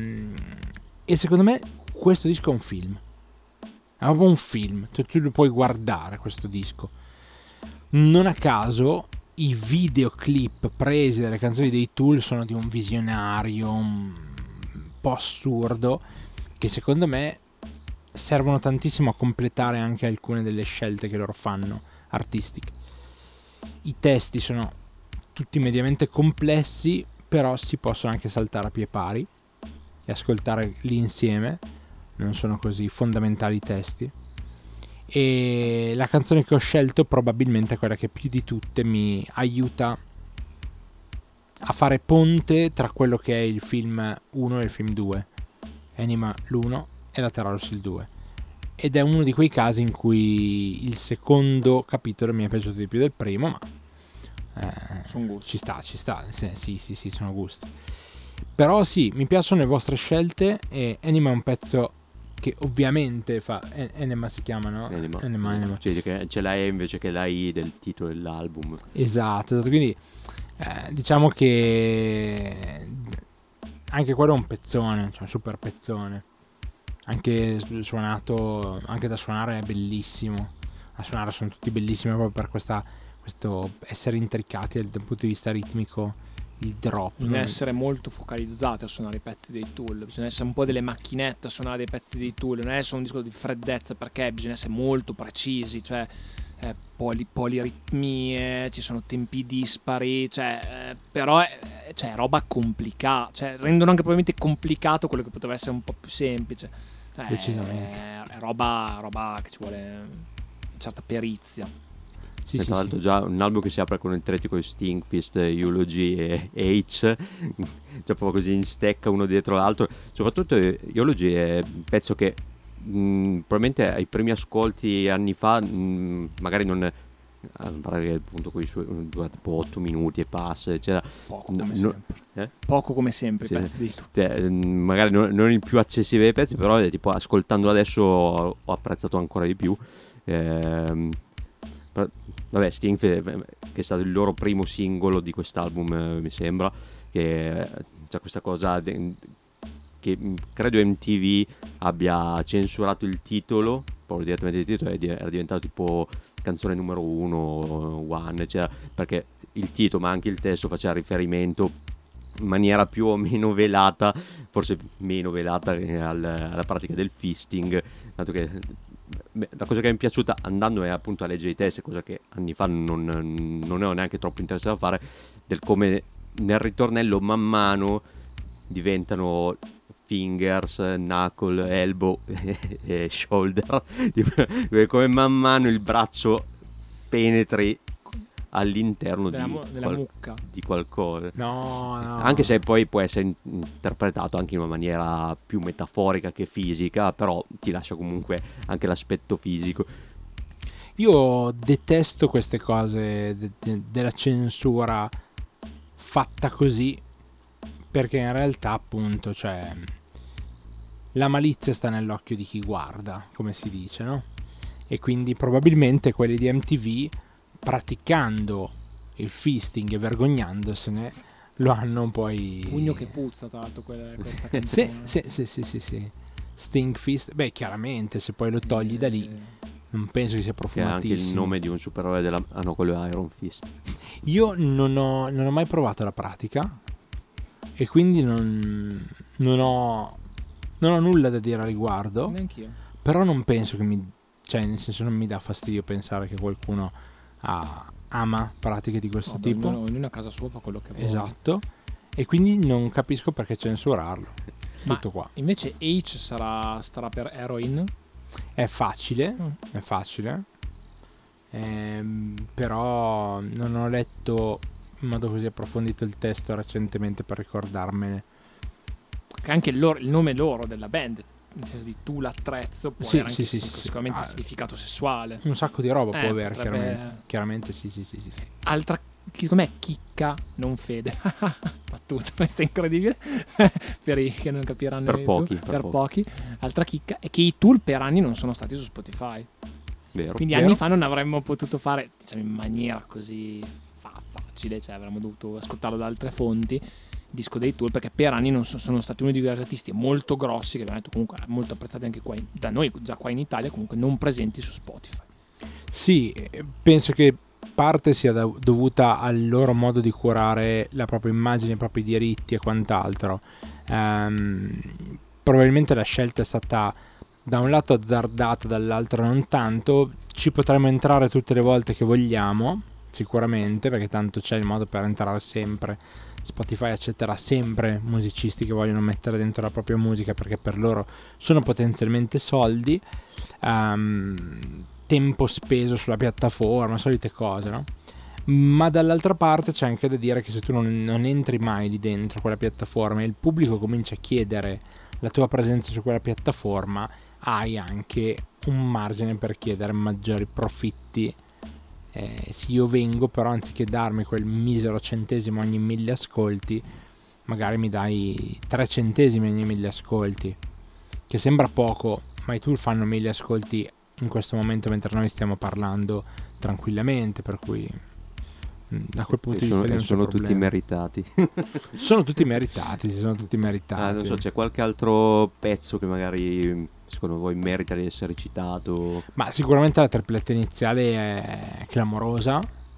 secondo me questo disco è un film, è proprio un film, cioè, tu lo puoi guardare questo disco. Non a caso i videoclip presi dalle canzoni dei Tool sono di un visionario un po' assurdo, che secondo me servono tantissimo a completare anche alcune delle scelte che loro fanno artistiche. I testi sono tutti mediamente complessi, però si possono anche saltare a pie pari e ascoltarli insieme, non sono così fondamentali i testi. E la canzone che ho scelto probabilmente è quella che più di tutte mi aiuta a fare ponte tra quello che è il film 1 e il film 2, Anima l'1 e Lateralus il 2, ed è uno di quei casi in cui il secondo capitolo mi è piaciuto di più del primo, ma sono gusti. ci sta, sì, sono gusti. Però sì, mi piacciono le vostre scelte, e Anima è un pezzo che ovviamente fa Enema, si chiama, no? Enema. Cioè, che c'è la E invece che la I del titolo dell'album. Esatto, quindi diciamo che anche quello è un pezzone, cioè un super pezzone, anche suonato, anche da suonare è bellissimo, a suonare sono tutti bellissimi proprio per questo essere intricati dal punto di vista ritmico. Il drop, bisogna essere molto focalizzati a suonare i pezzi dei Tool, bisogna essere un po' delle macchinette a suonare dei pezzi dei Tool, non è solo un disco di freddezza, perché bisogna essere molto precisi, cioè poliritmie, ci sono tempi dispari, però è roba complicata, cioè rendono anche probabilmente complicato quello che poteva essere un po' più semplice, decisamente è roba che ci vuole una certa perizia. Sì, tra l'altro già un album che si apre con il trittico di Stinkfist, Eulogy e H, cioè proprio così in stecca uno dietro l'altro. Soprattutto Eulogy è un pezzo che probabilmente ai primi ascolti anni fa magari non appunto con i suoi dura tipo 8 minuti e passa, c'era poco come sempre sì, i pezzi di cioè, magari non il più accessibile ai pezzi, però tipo ascoltandolo adesso ho apprezzato ancora di più. Vabbè, Stinkfist, che è stato il loro primo singolo di quest'album, mi sembra, che c'è questa cosa che credo MTV abbia censurato il titolo, proprio direttamente il titolo, era diventato tipo canzone numero 1, one, cioè, perché il titolo ma anche il testo faceva riferimento in maniera più o meno velata, forse meno velata, alla pratica del fisting, tanto che la cosa che mi è piaciuta andando è appunto a leggere i testi, cosa che anni fa non ero neanche troppo interessato a fare, del come nel ritornello man mano diventano fingers, knuckle, elbow e shoulder, come man mano il braccio penetri all'interno della mucca di qualcosa. No. Anche se poi può essere interpretato anche in una maniera più metaforica che fisica, però ti lascia comunque anche l'aspetto fisico. Io detesto queste cose della censura fatta così, perché in realtà appunto, cioè, la malizia sta nell'occhio di chi guarda, come si dice, no? E quindi probabilmente quelli di MTV, praticando il fisting e vergognandosene, lo hanno poi... Pugno che puzza, tra l'altro, questa canzone. Sì. Stinkfist, beh, chiaramente, se poi lo togli da lì... non penso che sia Che è anche il profumatissimo. nome di un supereroe della... Ah no, quello è Iron Fist. Io non ho mai provato la pratica e quindi non ho nulla da dire a riguardo, Neanch'io. però non penso che cioè nel senso non mi dà fastidio pensare che qualcuno ama pratiche di questo Vabbè, tipo. ognuno a casa sua fa quello che vuole. Esatto, e quindi non capisco perché censurarlo. Ma Tutto qua. invece H starà per Heroin. È facile, Mm. è facile, però non ho letto in modo così approfondito il testo recentemente per ricordarmene. Che anche il nome loro della band, nel senso di tu l'attrezzo, può Sì, avere anche sì, sì, sì. sicuramente Ah, significato sessuale. Un sacco di roba può avere, potrebbe- chiaramente sì. Altra, secondo me, chicca, non fede. Battuta, questa è incredibile. Per i che non capiranno Per di pochi, più. per Per pochi. Altra chicca è che i Tool per anni non sono stati su Spotify. Vero? Quindi Vero. anni fa non avremmo potuto fare, diciamo, in maniera così facile, cioè avremmo dovuto ascoltarlo da altre fonti, il disco dei Tool, perché per anni non sono stati uno di quegli artisti molto grossi, che abbiamo detto comunque molto apprezzati anche qua da noi, già qua in Italia, comunque non presenti su Spotify. Sì, penso che parte sia dovuta al loro modo di curare la propria immagine, i propri diritti e quant'altro. Probabilmente la scelta è stata da un lato azzardata, dall'altro non tanto. Ci potremmo entrare tutte le volte che vogliamo, sicuramente, perché tanto c'è il modo per entrare sempre. Spotify accetterà sempre musicisti che vogliono mettere dentro la propria musica, perché per loro sono potenzialmente soldi, tempo speso sulla piattaforma, solite cose, no? Ma dall'altra parte c'è anche da dire che se tu non entri mai lì dentro quella piattaforma e il pubblico comincia a chiedere la tua presenza su quella piattaforma, hai anche un margine per chiedere maggiori profitti. Se io vengo, però anziché darmi quel misero centesimo ogni 1000 ascolti, magari mi dai 3 centesimi ogni 1000 ascolti, che sembra poco, ma i tour fanno 1000 ascolti in questo momento mentre noi stiamo parlando tranquillamente, per cui da quel punto di vista lì non c'è sono tutti problema. meritati. Sono tutti meritati, sono tutti meritati. Non so, c'è qualche altro pezzo che magari secondo voi merita di essere citato? Ma sicuramente la tripletta iniziale è clamorosa.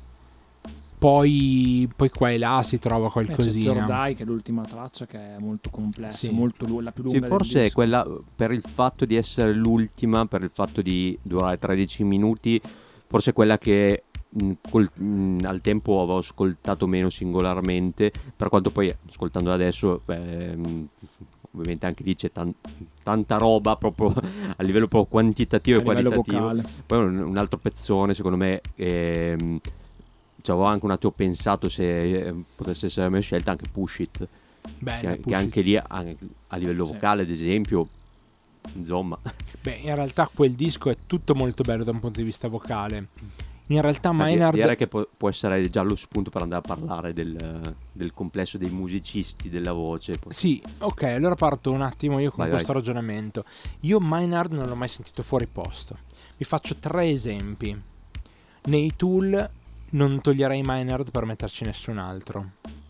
Poi qua e là si trova C'è qualcosina. Tordai, che è l'ultima traccia, che è molto complessa, Sì. molto la più lunga Sì, del forse è disco. quella, per il fatto di essere l'ultima, per il fatto di durare 13 minuti, forse è quella che al tempo avevo ascoltato meno singolarmente, per quanto poi ascoltandola adesso ovviamente anche lì c'è tanta roba proprio a livello proprio quantitativo A e livello qualitativo. vocale. Poi un altro pezzone secondo me ci avevo anche un attimo pensato se potesse essere la mia scelta, anche Push It, Bella, che anche lì a livello Sì. vocale ad esempio, insomma. Beh, in realtà quel disco è tutto molto bello da un punto di vista vocale. In realtà Maynard Direi che può essere già lo spunto per andare a parlare del complesso dei musicisti della voce. Sì, ok, allora parto un attimo io con Vai, questo ragionamento. Io Maynard non l'ho mai sentito fuori posto. Vi faccio 3 esempi. Nei Tool non toglierei Maynard per metterci nessun altro.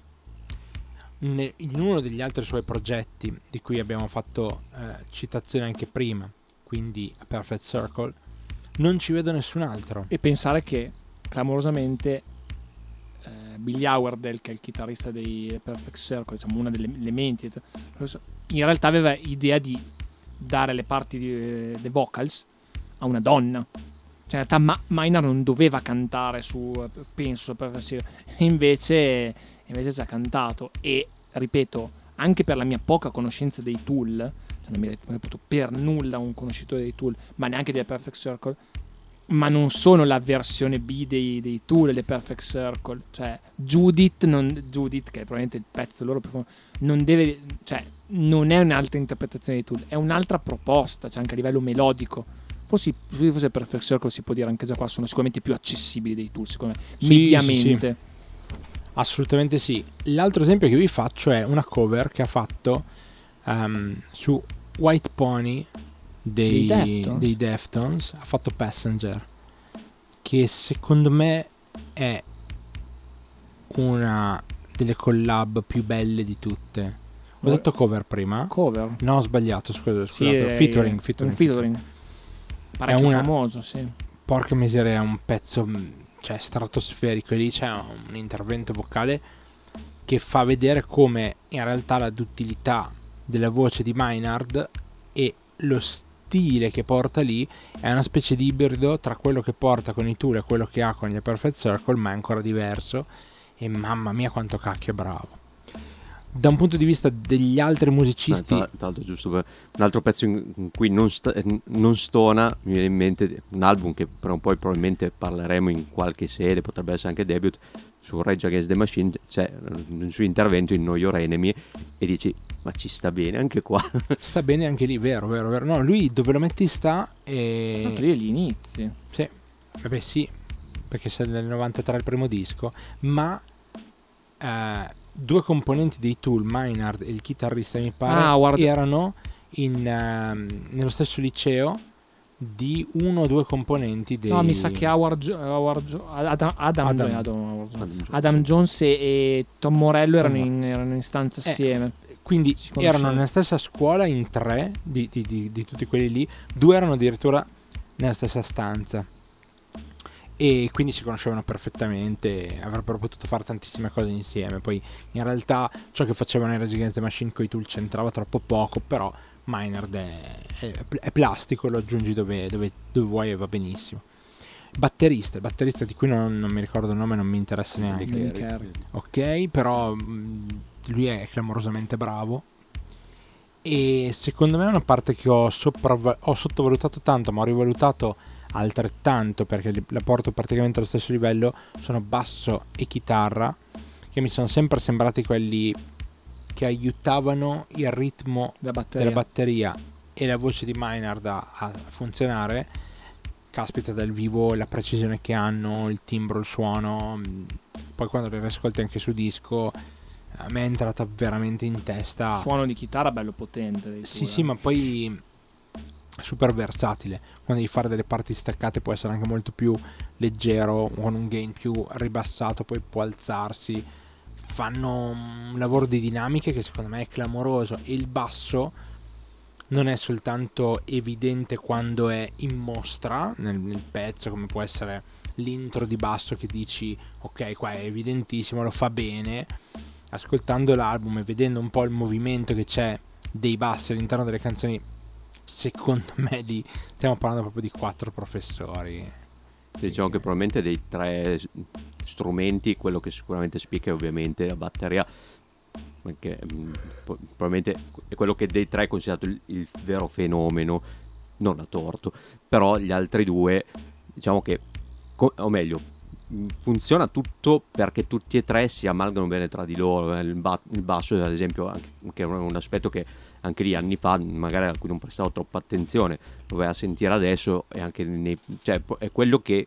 In uno degli altri suoi progetti, di cui abbiamo fatto citazione anche prima, quindi A Perfect Circle, non ci vedo nessun altro. E pensare che clamorosamente Billy Howard, che è il chitarrista dei Perfect Circle, diciamo una delle elementi, in realtà aveva idea di dare le parti dei vocals a una donna. Cioè in realtà Maynard non doveva cantare su, penso, Perfect Circle, e invece ci ha cantato. E ripeto, anche per la mia poca conoscenza dei Tool, non mi reputo per nulla un conoscitore dei Tool, ma neanche dei Perfect Circle, ma non sono la versione B dei Tool e dei Perfect Circle. Cioè Judith, che è probabilmente il pezzo loro più famoso, non deve, cioè non è un'altra interpretazione dei Tool, è un'altra proposta, cioè anche a livello melodico. Forse Perfect Circle si può dire anche già qua, sono sicuramente più accessibili dei Tool, secondo me, Sì, mediamente. sì. Assolutamente sì. L'altro esempio che vi faccio è una cover che ha fatto su White Pony dei Deftones. Ha fatto Passenger, che secondo me è una delle collab più belle di tutte. Ho detto cover prima? Cover? No, ho sbagliato, scusate. Sì, Featuring. un featuring. parecchio una- famoso, sì. porca miseria, è un pezzo cioè stratosferico. Lì c'è un intervento vocale che fa vedere come in realtà la duttilità della voce di Maynard e lo stile che porta lì è una specie di ibrido tra quello che porta con i Tool e quello che ha con gli Perfect Circle, ma è ancora diverso. E mamma mia quanto cacchio è bravo. Da un punto di vista degli altri musicisti, Tra l'altro, giusto per un altro pezzo in cui non stona, mi viene in mente un album che però poi probabilmente parleremo in qualche sede, potrebbe essere anche debut, su Rage Against the Machine c'è un suo intervento in Know Your Enemy e dici ma ci sta bene anche qua. sta bene anche lì, vero. No, lui dove lo metti sta Tanto lì agli inizi. sì, vabbè sì, perché sei nel 93 il primo disco, ma due componenti dei Tool, Maynard e il chitarrista mi pare, erano nello stesso liceo di uno o due componenti dei... No, mi sa che Adam Jones e Tom Morello erano in stanza assieme. Quindi erano nella stessa scuola in tre di tutti quelli lì, due erano addirittura nella stessa stanza e quindi si conoscevano perfettamente, avrebbero potuto fare tantissime cose insieme. Poi in realtà ciò che facevano i Rage Against the Machine con i Tool c'entrava troppo poco, però Maynard è plastico, lo aggiungi dove vuoi e va benissimo. Il batterista di cui non mi ricordo il nome, non mi interessa neanche. Ok, però lui è clamorosamente bravo e secondo me è una parte che ho sottovalutato tanto, ma ho rivalutato altrettanto perché la porto praticamente allo stesso livello. Sono basso e chitarra, che mi sono sempre sembrati quelli che aiutavano il ritmo della batteria e la voce di Maynard a funzionare. Caspita, dal vivo la precisione che hanno, il timbro, il suono, poi quando le riascolti anche su disco a me è entrata veramente in testa. Suono di chitarra bello potente. Sì, ma poi super versatile. Quando devi fare delle parti staccate può essere anche molto più leggero, con un gain più ribassato, poi può alzarsi. Fanno un lavoro di dinamiche che secondo me è clamoroso, e il basso non è soltanto evidente quando è in mostra nel pezzo, come può essere l'intro di basso che dici ok, qua è evidentissimo, lo fa bene. Ascoltando l'album e vedendo un po' il movimento che c'è dei bassi all'interno delle canzoni, secondo me lì stiamo parlando proprio di 4 professori. Diciamo che probabilmente dei 3 strumenti quello che sicuramente spicca è ovviamente la batteria, perché probabilmente è quello che dei 3 è considerato il vero fenomeno, non a torto, però gli altri 2 diciamo che, o meglio, funziona tutto perché tutti e 3 si amalgano bene tra di loro. Il basso ad esempio, che è un aspetto che anche lì anni fa magari a cui non prestavo troppa attenzione, lo vai a sentire adesso, e anche cioè è quello che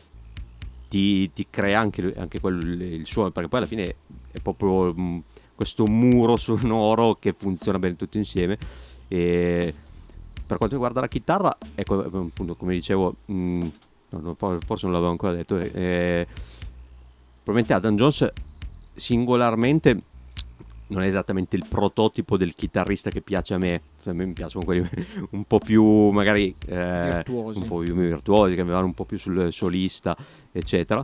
ti crea anche quello, il suono, perché poi alla fine è proprio questo muro sonoro che funziona bene tutto insieme. E per quanto riguarda la chitarra, ecco, appunto, come dicevo, forse non l'avevo ancora detto, probabilmente Adam Jones singolarmente non è esattamente il prototipo del chitarrista che piace a me. A me mi piacciono quelli un po' più magari virtuosi. Un po' più virtuosi, che vanno un po' più sul solista, eccetera.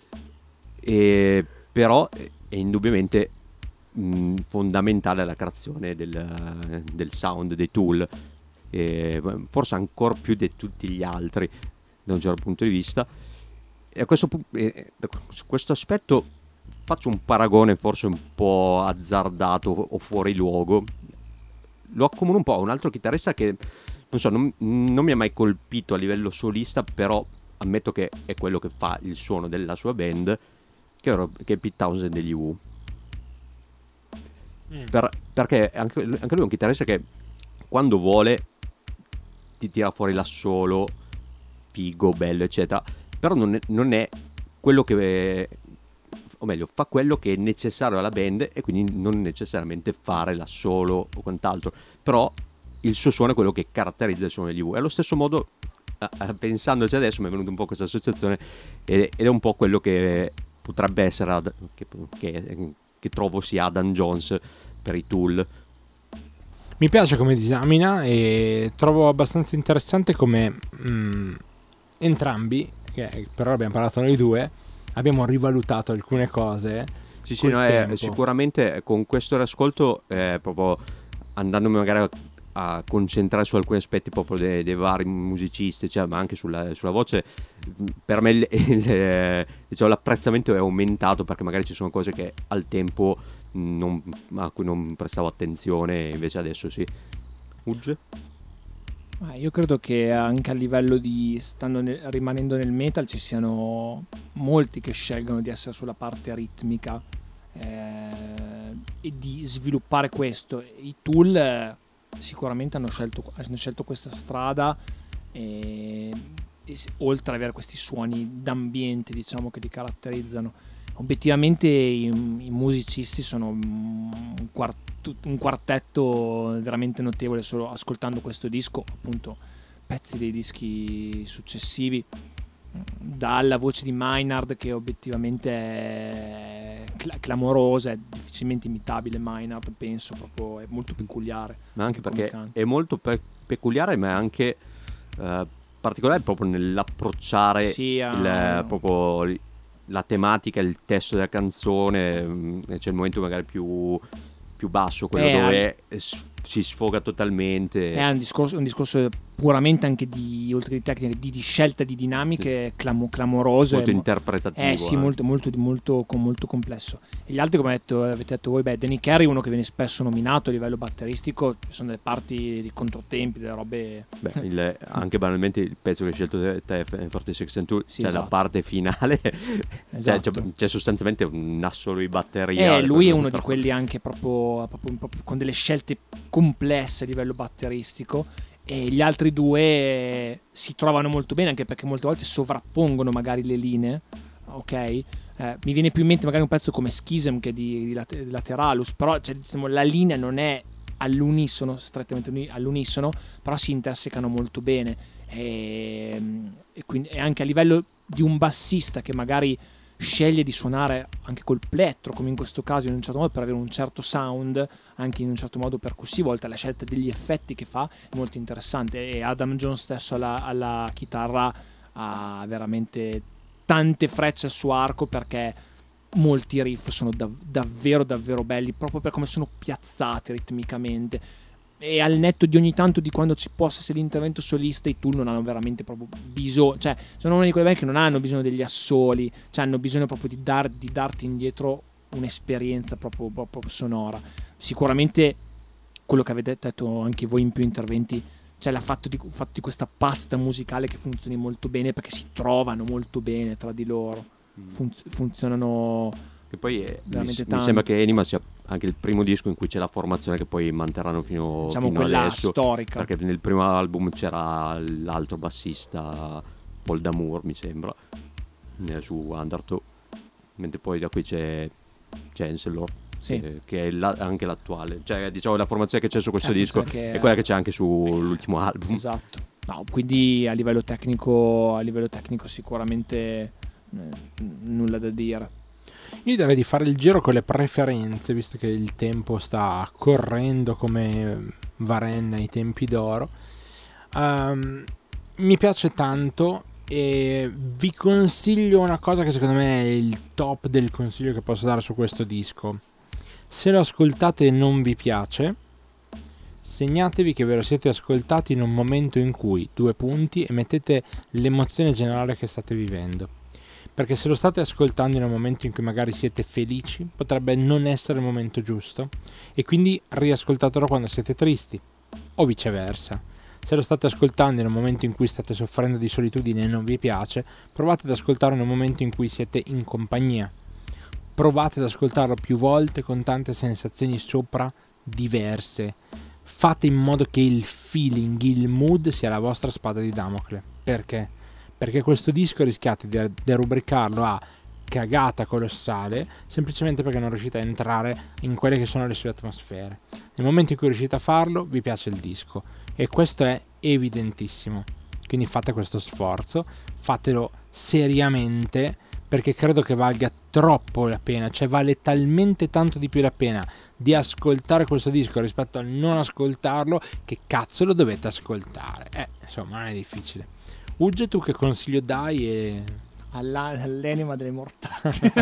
Però è indubbiamente fondamentale la creazione del sound dei Tool, forse ancora più di tutti gli altri da un certo punto di vista. E da questo aspetto faccio un paragone forse un po' azzardato o fuori luogo. Lo accomuno un po' a un altro chitarrista che non mi ha mai colpito a livello solista, però ammetto che è quello che fa il suono della sua band, che è Pete Townshend degli Who. Perché anche lui è un chitarrista che quando vuole ti tira fuori l'assolo figo, bello, eccetera, però non è quello che, o meglio, fa quello che è necessario alla band, e quindi non necessariamente fare l'assolo o quant'altro, però il suo suono è quello che caratterizza il suono degli Who. Allo stesso modo, pensandoci adesso, mi è venuta un po' questa associazione, ed è un po' quello che potrebbe essere che trovo sia Adam Jones per i Tool. Mi piace come disamina e trovo abbastanza interessante come entrambi, che però abbiamo parlato noi due, abbiamo rivalutato alcune cose. Sì, no, sicuramente con questo riascolto, proprio andandomi magari a concentrare su alcuni aspetti proprio dei vari musicisti, cioè, ma anche sulla voce, per me diciamo, l'apprezzamento è aumentato, perché magari ci sono cose che al tempo a cui non prestavo attenzione, invece adesso sì. Ugge? Io credo che anche a livello di rimanendo nel metal ci siano molti che scelgono di essere sulla parte ritmica e di sviluppare questo. I Tool sicuramente hanno scelto questa strada e oltre ad avere questi suoni d'ambiente, diciamo, che li caratterizzano. Obiettivamente i musicisti sono un quartetto veramente notevole. Solo ascoltando questo disco, appunto, pezzi dei dischi successivi, dalla voce di Maynard, che obiettivamente è clamorosa, è difficilmente imitabile. Maynard, penso, proprio è molto peculiare, ma anche perché è molto peculiare, ma è anche particolare proprio nell'approcciare proprio la tematica, il testo della canzone. C'è il momento magari più basso, quello dove si sfoga totalmente. È un discorso puramente anche oltre di tecniche, di scelta di dinamiche clamorose, molto interpretativo. Sì, molto complesso. E gli altri, come avete detto voi, Danny Carey, uno che viene spesso nominato a livello batteristico, ci sono delle parti di controtempi, delle robe. Anche banalmente il pezzo che hai scelto te, 46 Century, sì, cioè esatto. La parte finale, esatto. c'è sostanzialmente un assolo di batteria. Lui è uno di quelli anche proprio con delle scelte complesse a livello batteristico, e gli altri due si trovano molto bene, anche perché molte volte sovrappongono magari le linee, ok? Mi viene più in mente magari un pezzo come Schism, che è di Lateralus, però diciamo, la linea non è all'unisono, strettamente all'unisono, però si intersecano molto bene, e quindi anche a livello di un bassista che magari sceglie di suonare anche col plettro, come in questo caso, in un certo modo, per avere un certo sound, anche in un certo modo percussivo, oltre alla scelta degli effetti che fa, è molto interessante. E Adam Jones stesso alla chitarra ha veramente tante frecce al suo arco, perché molti riff sono davvero belli, proprio per come sono piazzati ritmicamente. E al netto di ogni tanto di quando ci possa essere l'intervento solista, i Tool non hanno veramente proprio bisogno, cioè sono una di quelle band che non hanno bisogno degli assoli, cioè hanno bisogno proprio di darti indietro un'esperienza proprio sonora. Sicuramente quello che avete detto anche voi in più interventi, cioè l'ha fatto di questa pasta musicale che funzioni molto bene, perché si trovano molto bene tra di loro, funzionano. Che poi mi sembra che Enima sia anche il primo disco in cui c'è la formazione che poi manterranno fino quella adesso, storica, perché nel primo album c'era l'altro bassista Paul Damour, mi sembra, su Undertow, mentre poi da qui c'è Chancellor, che è anche l'attuale, cioè diciamo la formazione che c'è su questo disco è quella che c'è anche sull'ultimo album. Esatto. No, quindi a livello tecnico sicuramente nulla da dire. Io direi di fare il giro con le preferenze, visto che il tempo sta correndo come Varenna ai tempi d'oro. Mi piace tanto e vi consiglio una cosa che secondo me è il top del consiglio che posso dare su questo disco. Se lo ascoltate e non vi piace, segnatevi che ve lo siete ascoltati in un momento in cui, 2 punti, e mettete l'emozione generale che state vivendo. Perché se lo state ascoltando in un momento in cui magari siete felici, potrebbe non essere il momento giusto, e quindi riascoltatelo quando siete tristi, o viceversa. Se lo state ascoltando in un momento in cui state soffrendo di solitudine e non vi piace, provate ad ascoltarlo in un momento in cui siete in compagnia. Provate ad ascoltarlo più volte con tante sensazioni sopra diverse. Fate in modo che il feeling, il mood sia la vostra spada di Damocle. Perché? Perché questo disco rischiate di derubricarlo a cagata colossale, semplicemente perché non riuscite a entrare in quelle che sono le sue atmosfere. Nel momento in cui riuscite a farlo, vi piace il disco, e questo è evidentissimo. Quindi fate questo sforzo, fatelo seriamente, perché credo che valga troppo la pena, cioè vale talmente tanto di più la pena di ascoltare questo disco rispetto al non ascoltarlo, che cazzo lo dovete ascoltare. Insomma, non è difficile. Ugge, tu che consiglio dai? All'anima delle mortali.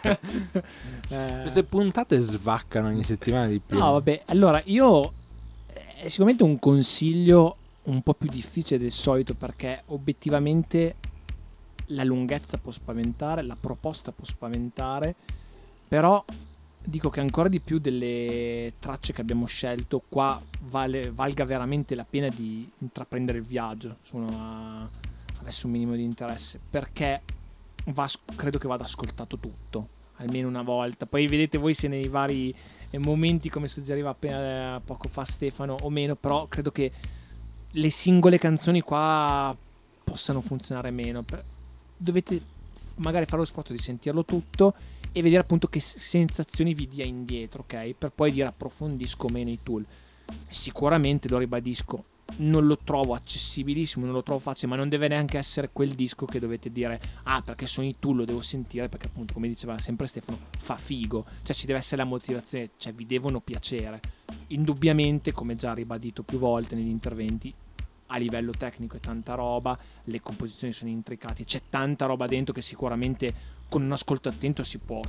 Queste puntate svaccano ogni settimana di più. No, vabbè, allora io è sicuramente un consiglio un po' più difficile del solito, perché obiettivamente la lunghezza può spaventare, la proposta può spaventare, però dico che ancora di più delle tracce che abbiamo scelto qua valga veramente la pena di intraprendere il viaggio se uno avesse un minimo di interesse, perché credo che vada ascoltato tutto almeno una volta. Poi vedete voi se nei vari momenti, come suggeriva appena poco fa Stefano, o meno, però credo che le singole canzoni qua possano funzionare meno. Dovete magari fare lo sforzo di sentirlo tutto e vedere appunto che sensazioni vi dia indietro, ok? Per poi dire approfondisco meno i Tool. Sicuramente, lo ribadisco, non lo trovo accessibilissimo, non lo trovo facile, ma non deve neanche essere quel disco che dovete dire perché sono i Tool, lo devo sentire, perché appunto, come diceva sempre Stefano, fa figo, cioè ci deve essere la motivazione, cioè vi devono piacere. Indubbiamente, come già ribadito più volte negli interventi, a livello tecnico è tanta roba, le composizioni sono intricate, c'è tanta roba dentro che sicuramente con un ascolto attento si può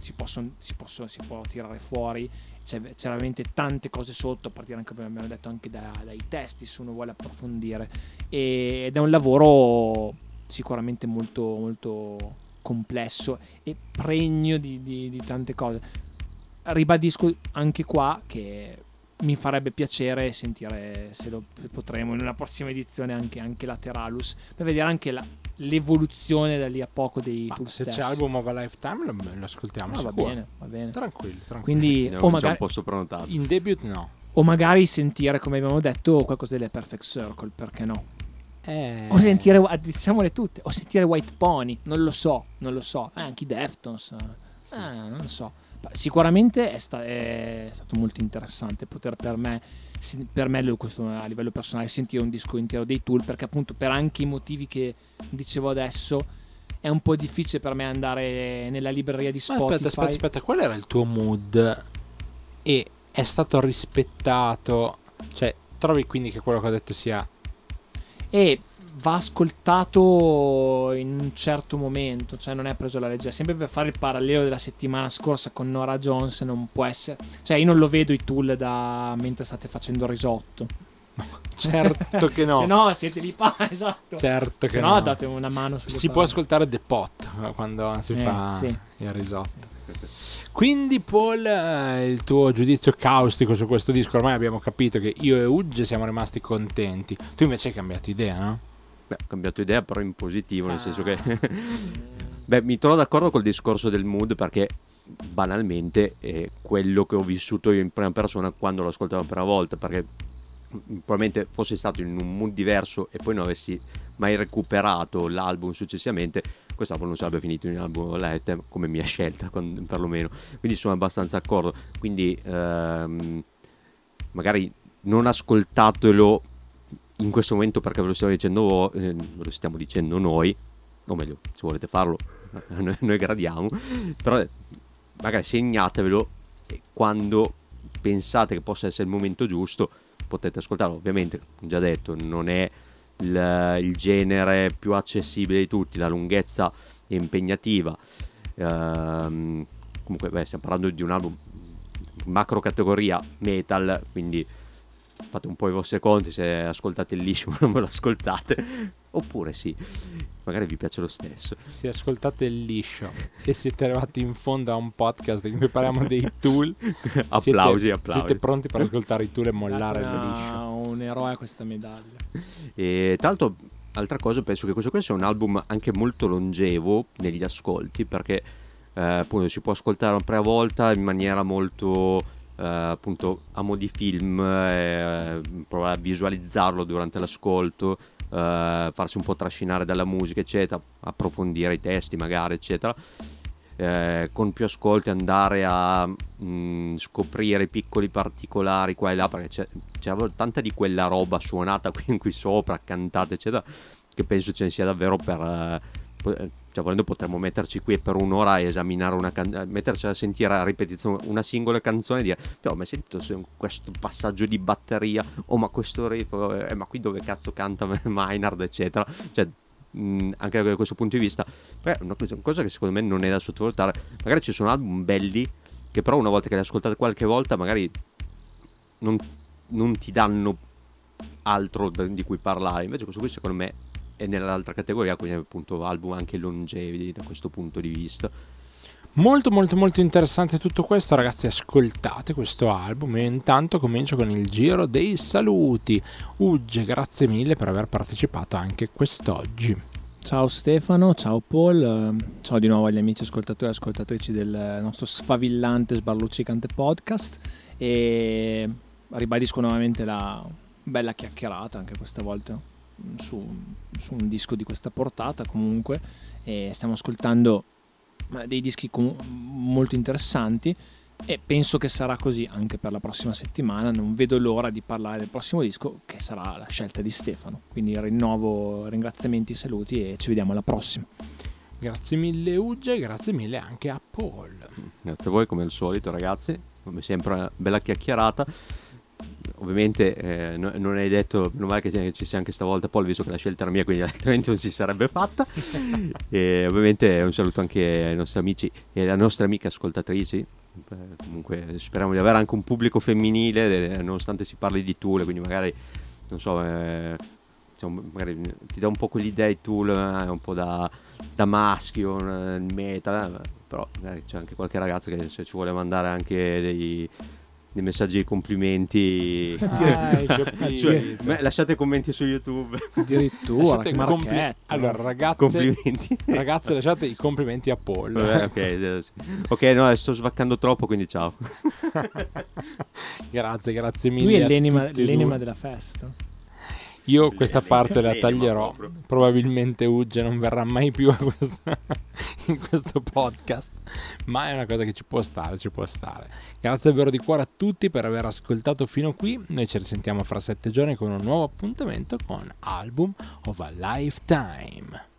tirare fuori. C'è veramente tante cose sotto, a partire anche, come abbiamo detto, anche dai testi, se uno vuole approfondire, ed è un lavoro sicuramente molto molto complesso e pregno di tante cose. Ribadisco anche qua che mi farebbe piacere sentire, se lo potremo in una prossima edizione, anche Lateralus, per vedere anche l'evoluzione da lì a poco dei Tool se stessi. c'è Album of a Lifetime lo ascoltiamo. Va bene. Tranquilli. Quindi o magari un posto prenotato. In debut no. O magari sentire, come abbiamo detto, qualcosa delle Perfect Circle, perché no? O sentire, diciamole tutte, o sentire White Pony, non lo so. Anche i Deftones, non lo so. Sicuramente è stato molto interessante poter per me questo, a livello personale, sentire un disco intero dei Tool, perché appunto per anche i motivi che dicevo adesso è un po' difficile per me andare nella libreria di Spotify. Aspetta, qual era il tuo mood? E è stato rispettato? Cioè, trovi quindi che quello che ho detto sia... E va ascoltato in un certo momento, cioè non è preso alla leggera. Sempre per fare il parallelo della settimana scorsa con Norah Jones, non può essere, cioè io non lo vedo i Tool da mentre state facendo il risotto. Certo che no. Se no siete lì, esatto. Certo che se no date una mano sulle si può ascoltare The Pot quando si fa il risotto. Quindi Paul, il tuo giudizio caustico su questo disco, ormai abbiamo capito che io e Ugge siamo rimasti contenti. Tu invece hai cambiato idea, no? Beh, ho cambiato idea, però in positivo, nel senso che beh, mi trovo d'accordo col discorso del mood, perché banalmente è quello che ho vissuto io in prima persona quando l'ho ascoltato per la volta, perché probabilmente fossi stato in un mood diverso e poi non avessi mai recuperato l'album successivamente, quest'album non sarebbe finito in un album Lifetime come mia scelta, perlomeno. Quindi sono abbastanza d'accordo. Quindi magari non ascoltatelo in questo momento perché ve lo stiamo dicendo noi, o meglio, se volete farlo noi gradiamo, però magari segnatevelo e quando pensate che possa essere il momento giusto potete ascoltarlo. Ovviamente, già detto, non è il genere più accessibile di tutti, la lunghezza è impegnativa, comunque stiamo parlando di un album macro categoria metal, quindi fate un po' i vostri conti se ascoltate il liscio non ve lo ascoltate, oppure sì, magari vi piace lo stesso. Se ascoltate il liscio e siete arrivati in fondo a un podcast in cui parliamo dei Tool, applausi. Siete pronti per ascoltare i Tool e mollare il liscio. Un eroe a questa medaglia. E tra l'altro, altra cosa, penso che questo sia un album anche molto longevo negli ascolti, perché appunto si può ascoltare una prima volta in maniera molto appunto a mo' di film, provare a visualizzarlo durante l'ascolto, farsi un po' trascinare dalla musica eccetera, approfondire i testi magari eccetera, con più ascolti andare a scoprire i piccoli particolari qua e là, perché c'è tanta di quella roba suonata qui sopra, cantata eccetera, che penso ce ne sia davvero per cioè volendo potremmo metterci qui per un'ora e esaminare metterci a sentire a ripetizione una singola canzone e dire però ma hai sentito questo passaggio di batteria, ma questo riff, ma qui dove cazzo canta Maynard, eccetera. Cioè anche da questo punto di vista è una cosa che secondo me non è da sottovalutare. Magari ci sono album belli che però una volta che li ascoltate qualche volta magari non ti danno altro di cui parlare, invece questo qui secondo me è nell'altra categoria, quindi appunto album anche longevi da questo punto di vista. Molto molto molto interessante tutto questo, ragazzi, ascoltate questo album e intanto comincio con il giro dei saluti. Ugge, grazie mille per aver partecipato anche quest'oggi. Ciao Stefano, ciao Paul, ciao di nuovo agli amici ascoltatori e ascoltatrici del nostro sfavillante sbarluccicante podcast, e ribadisco nuovamente la bella chiacchierata anche questa volta su un disco di questa portata comunque, e stiamo ascoltando dei dischi molto interessanti e penso che sarà così anche per la prossima settimana. Non vedo l'ora di parlare del prossimo disco, che sarà la scelta di Stefano, quindi rinnovo ringraziamenti e saluti e ci vediamo alla prossima. Grazie mille Ugge, grazie mille anche a Paul. Grazie a voi come al solito, ragazzi, come sempre una bella chiacchierata. Ovviamente non hai detto, meno male che ci sia anche stavolta Paul, visto che la scelta era mia, quindi altrimenti non ci sarebbe fatta. E ovviamente un saluto anche ai nostri amici e alle nostre amiche ascoltatrici. Comunque speriamo di avere anche un pubblico femminile, nonostante si parli di Tool, quindi magari non so, diciamo, magari ti dà un po' quell'idea di Tool, un po' da maschio, metal, però magari c'è anche qualche ragazza che se ci vuole mandare anche dei messaggi di complimenti, cioè, lasciate commenti su YouTube addirittura. Allora ragazze, complimenti. Ragazze, lasciate i complimenti a Paul. Ok, no, sto svaccando troppo, quindi ciao. grazie mille. Lui è l'enima della festa. Io questa parte la taglierò. Probabilmente Ugge non verrà mai più in questo podcast, ma è una cosa che ci può stare. Grazie davvero di cuore a tutti per aver ascoltato fino qui. Noi ci risentiamo fra 7 giorni con un nuovo appuntamento con Album of a Lifetime.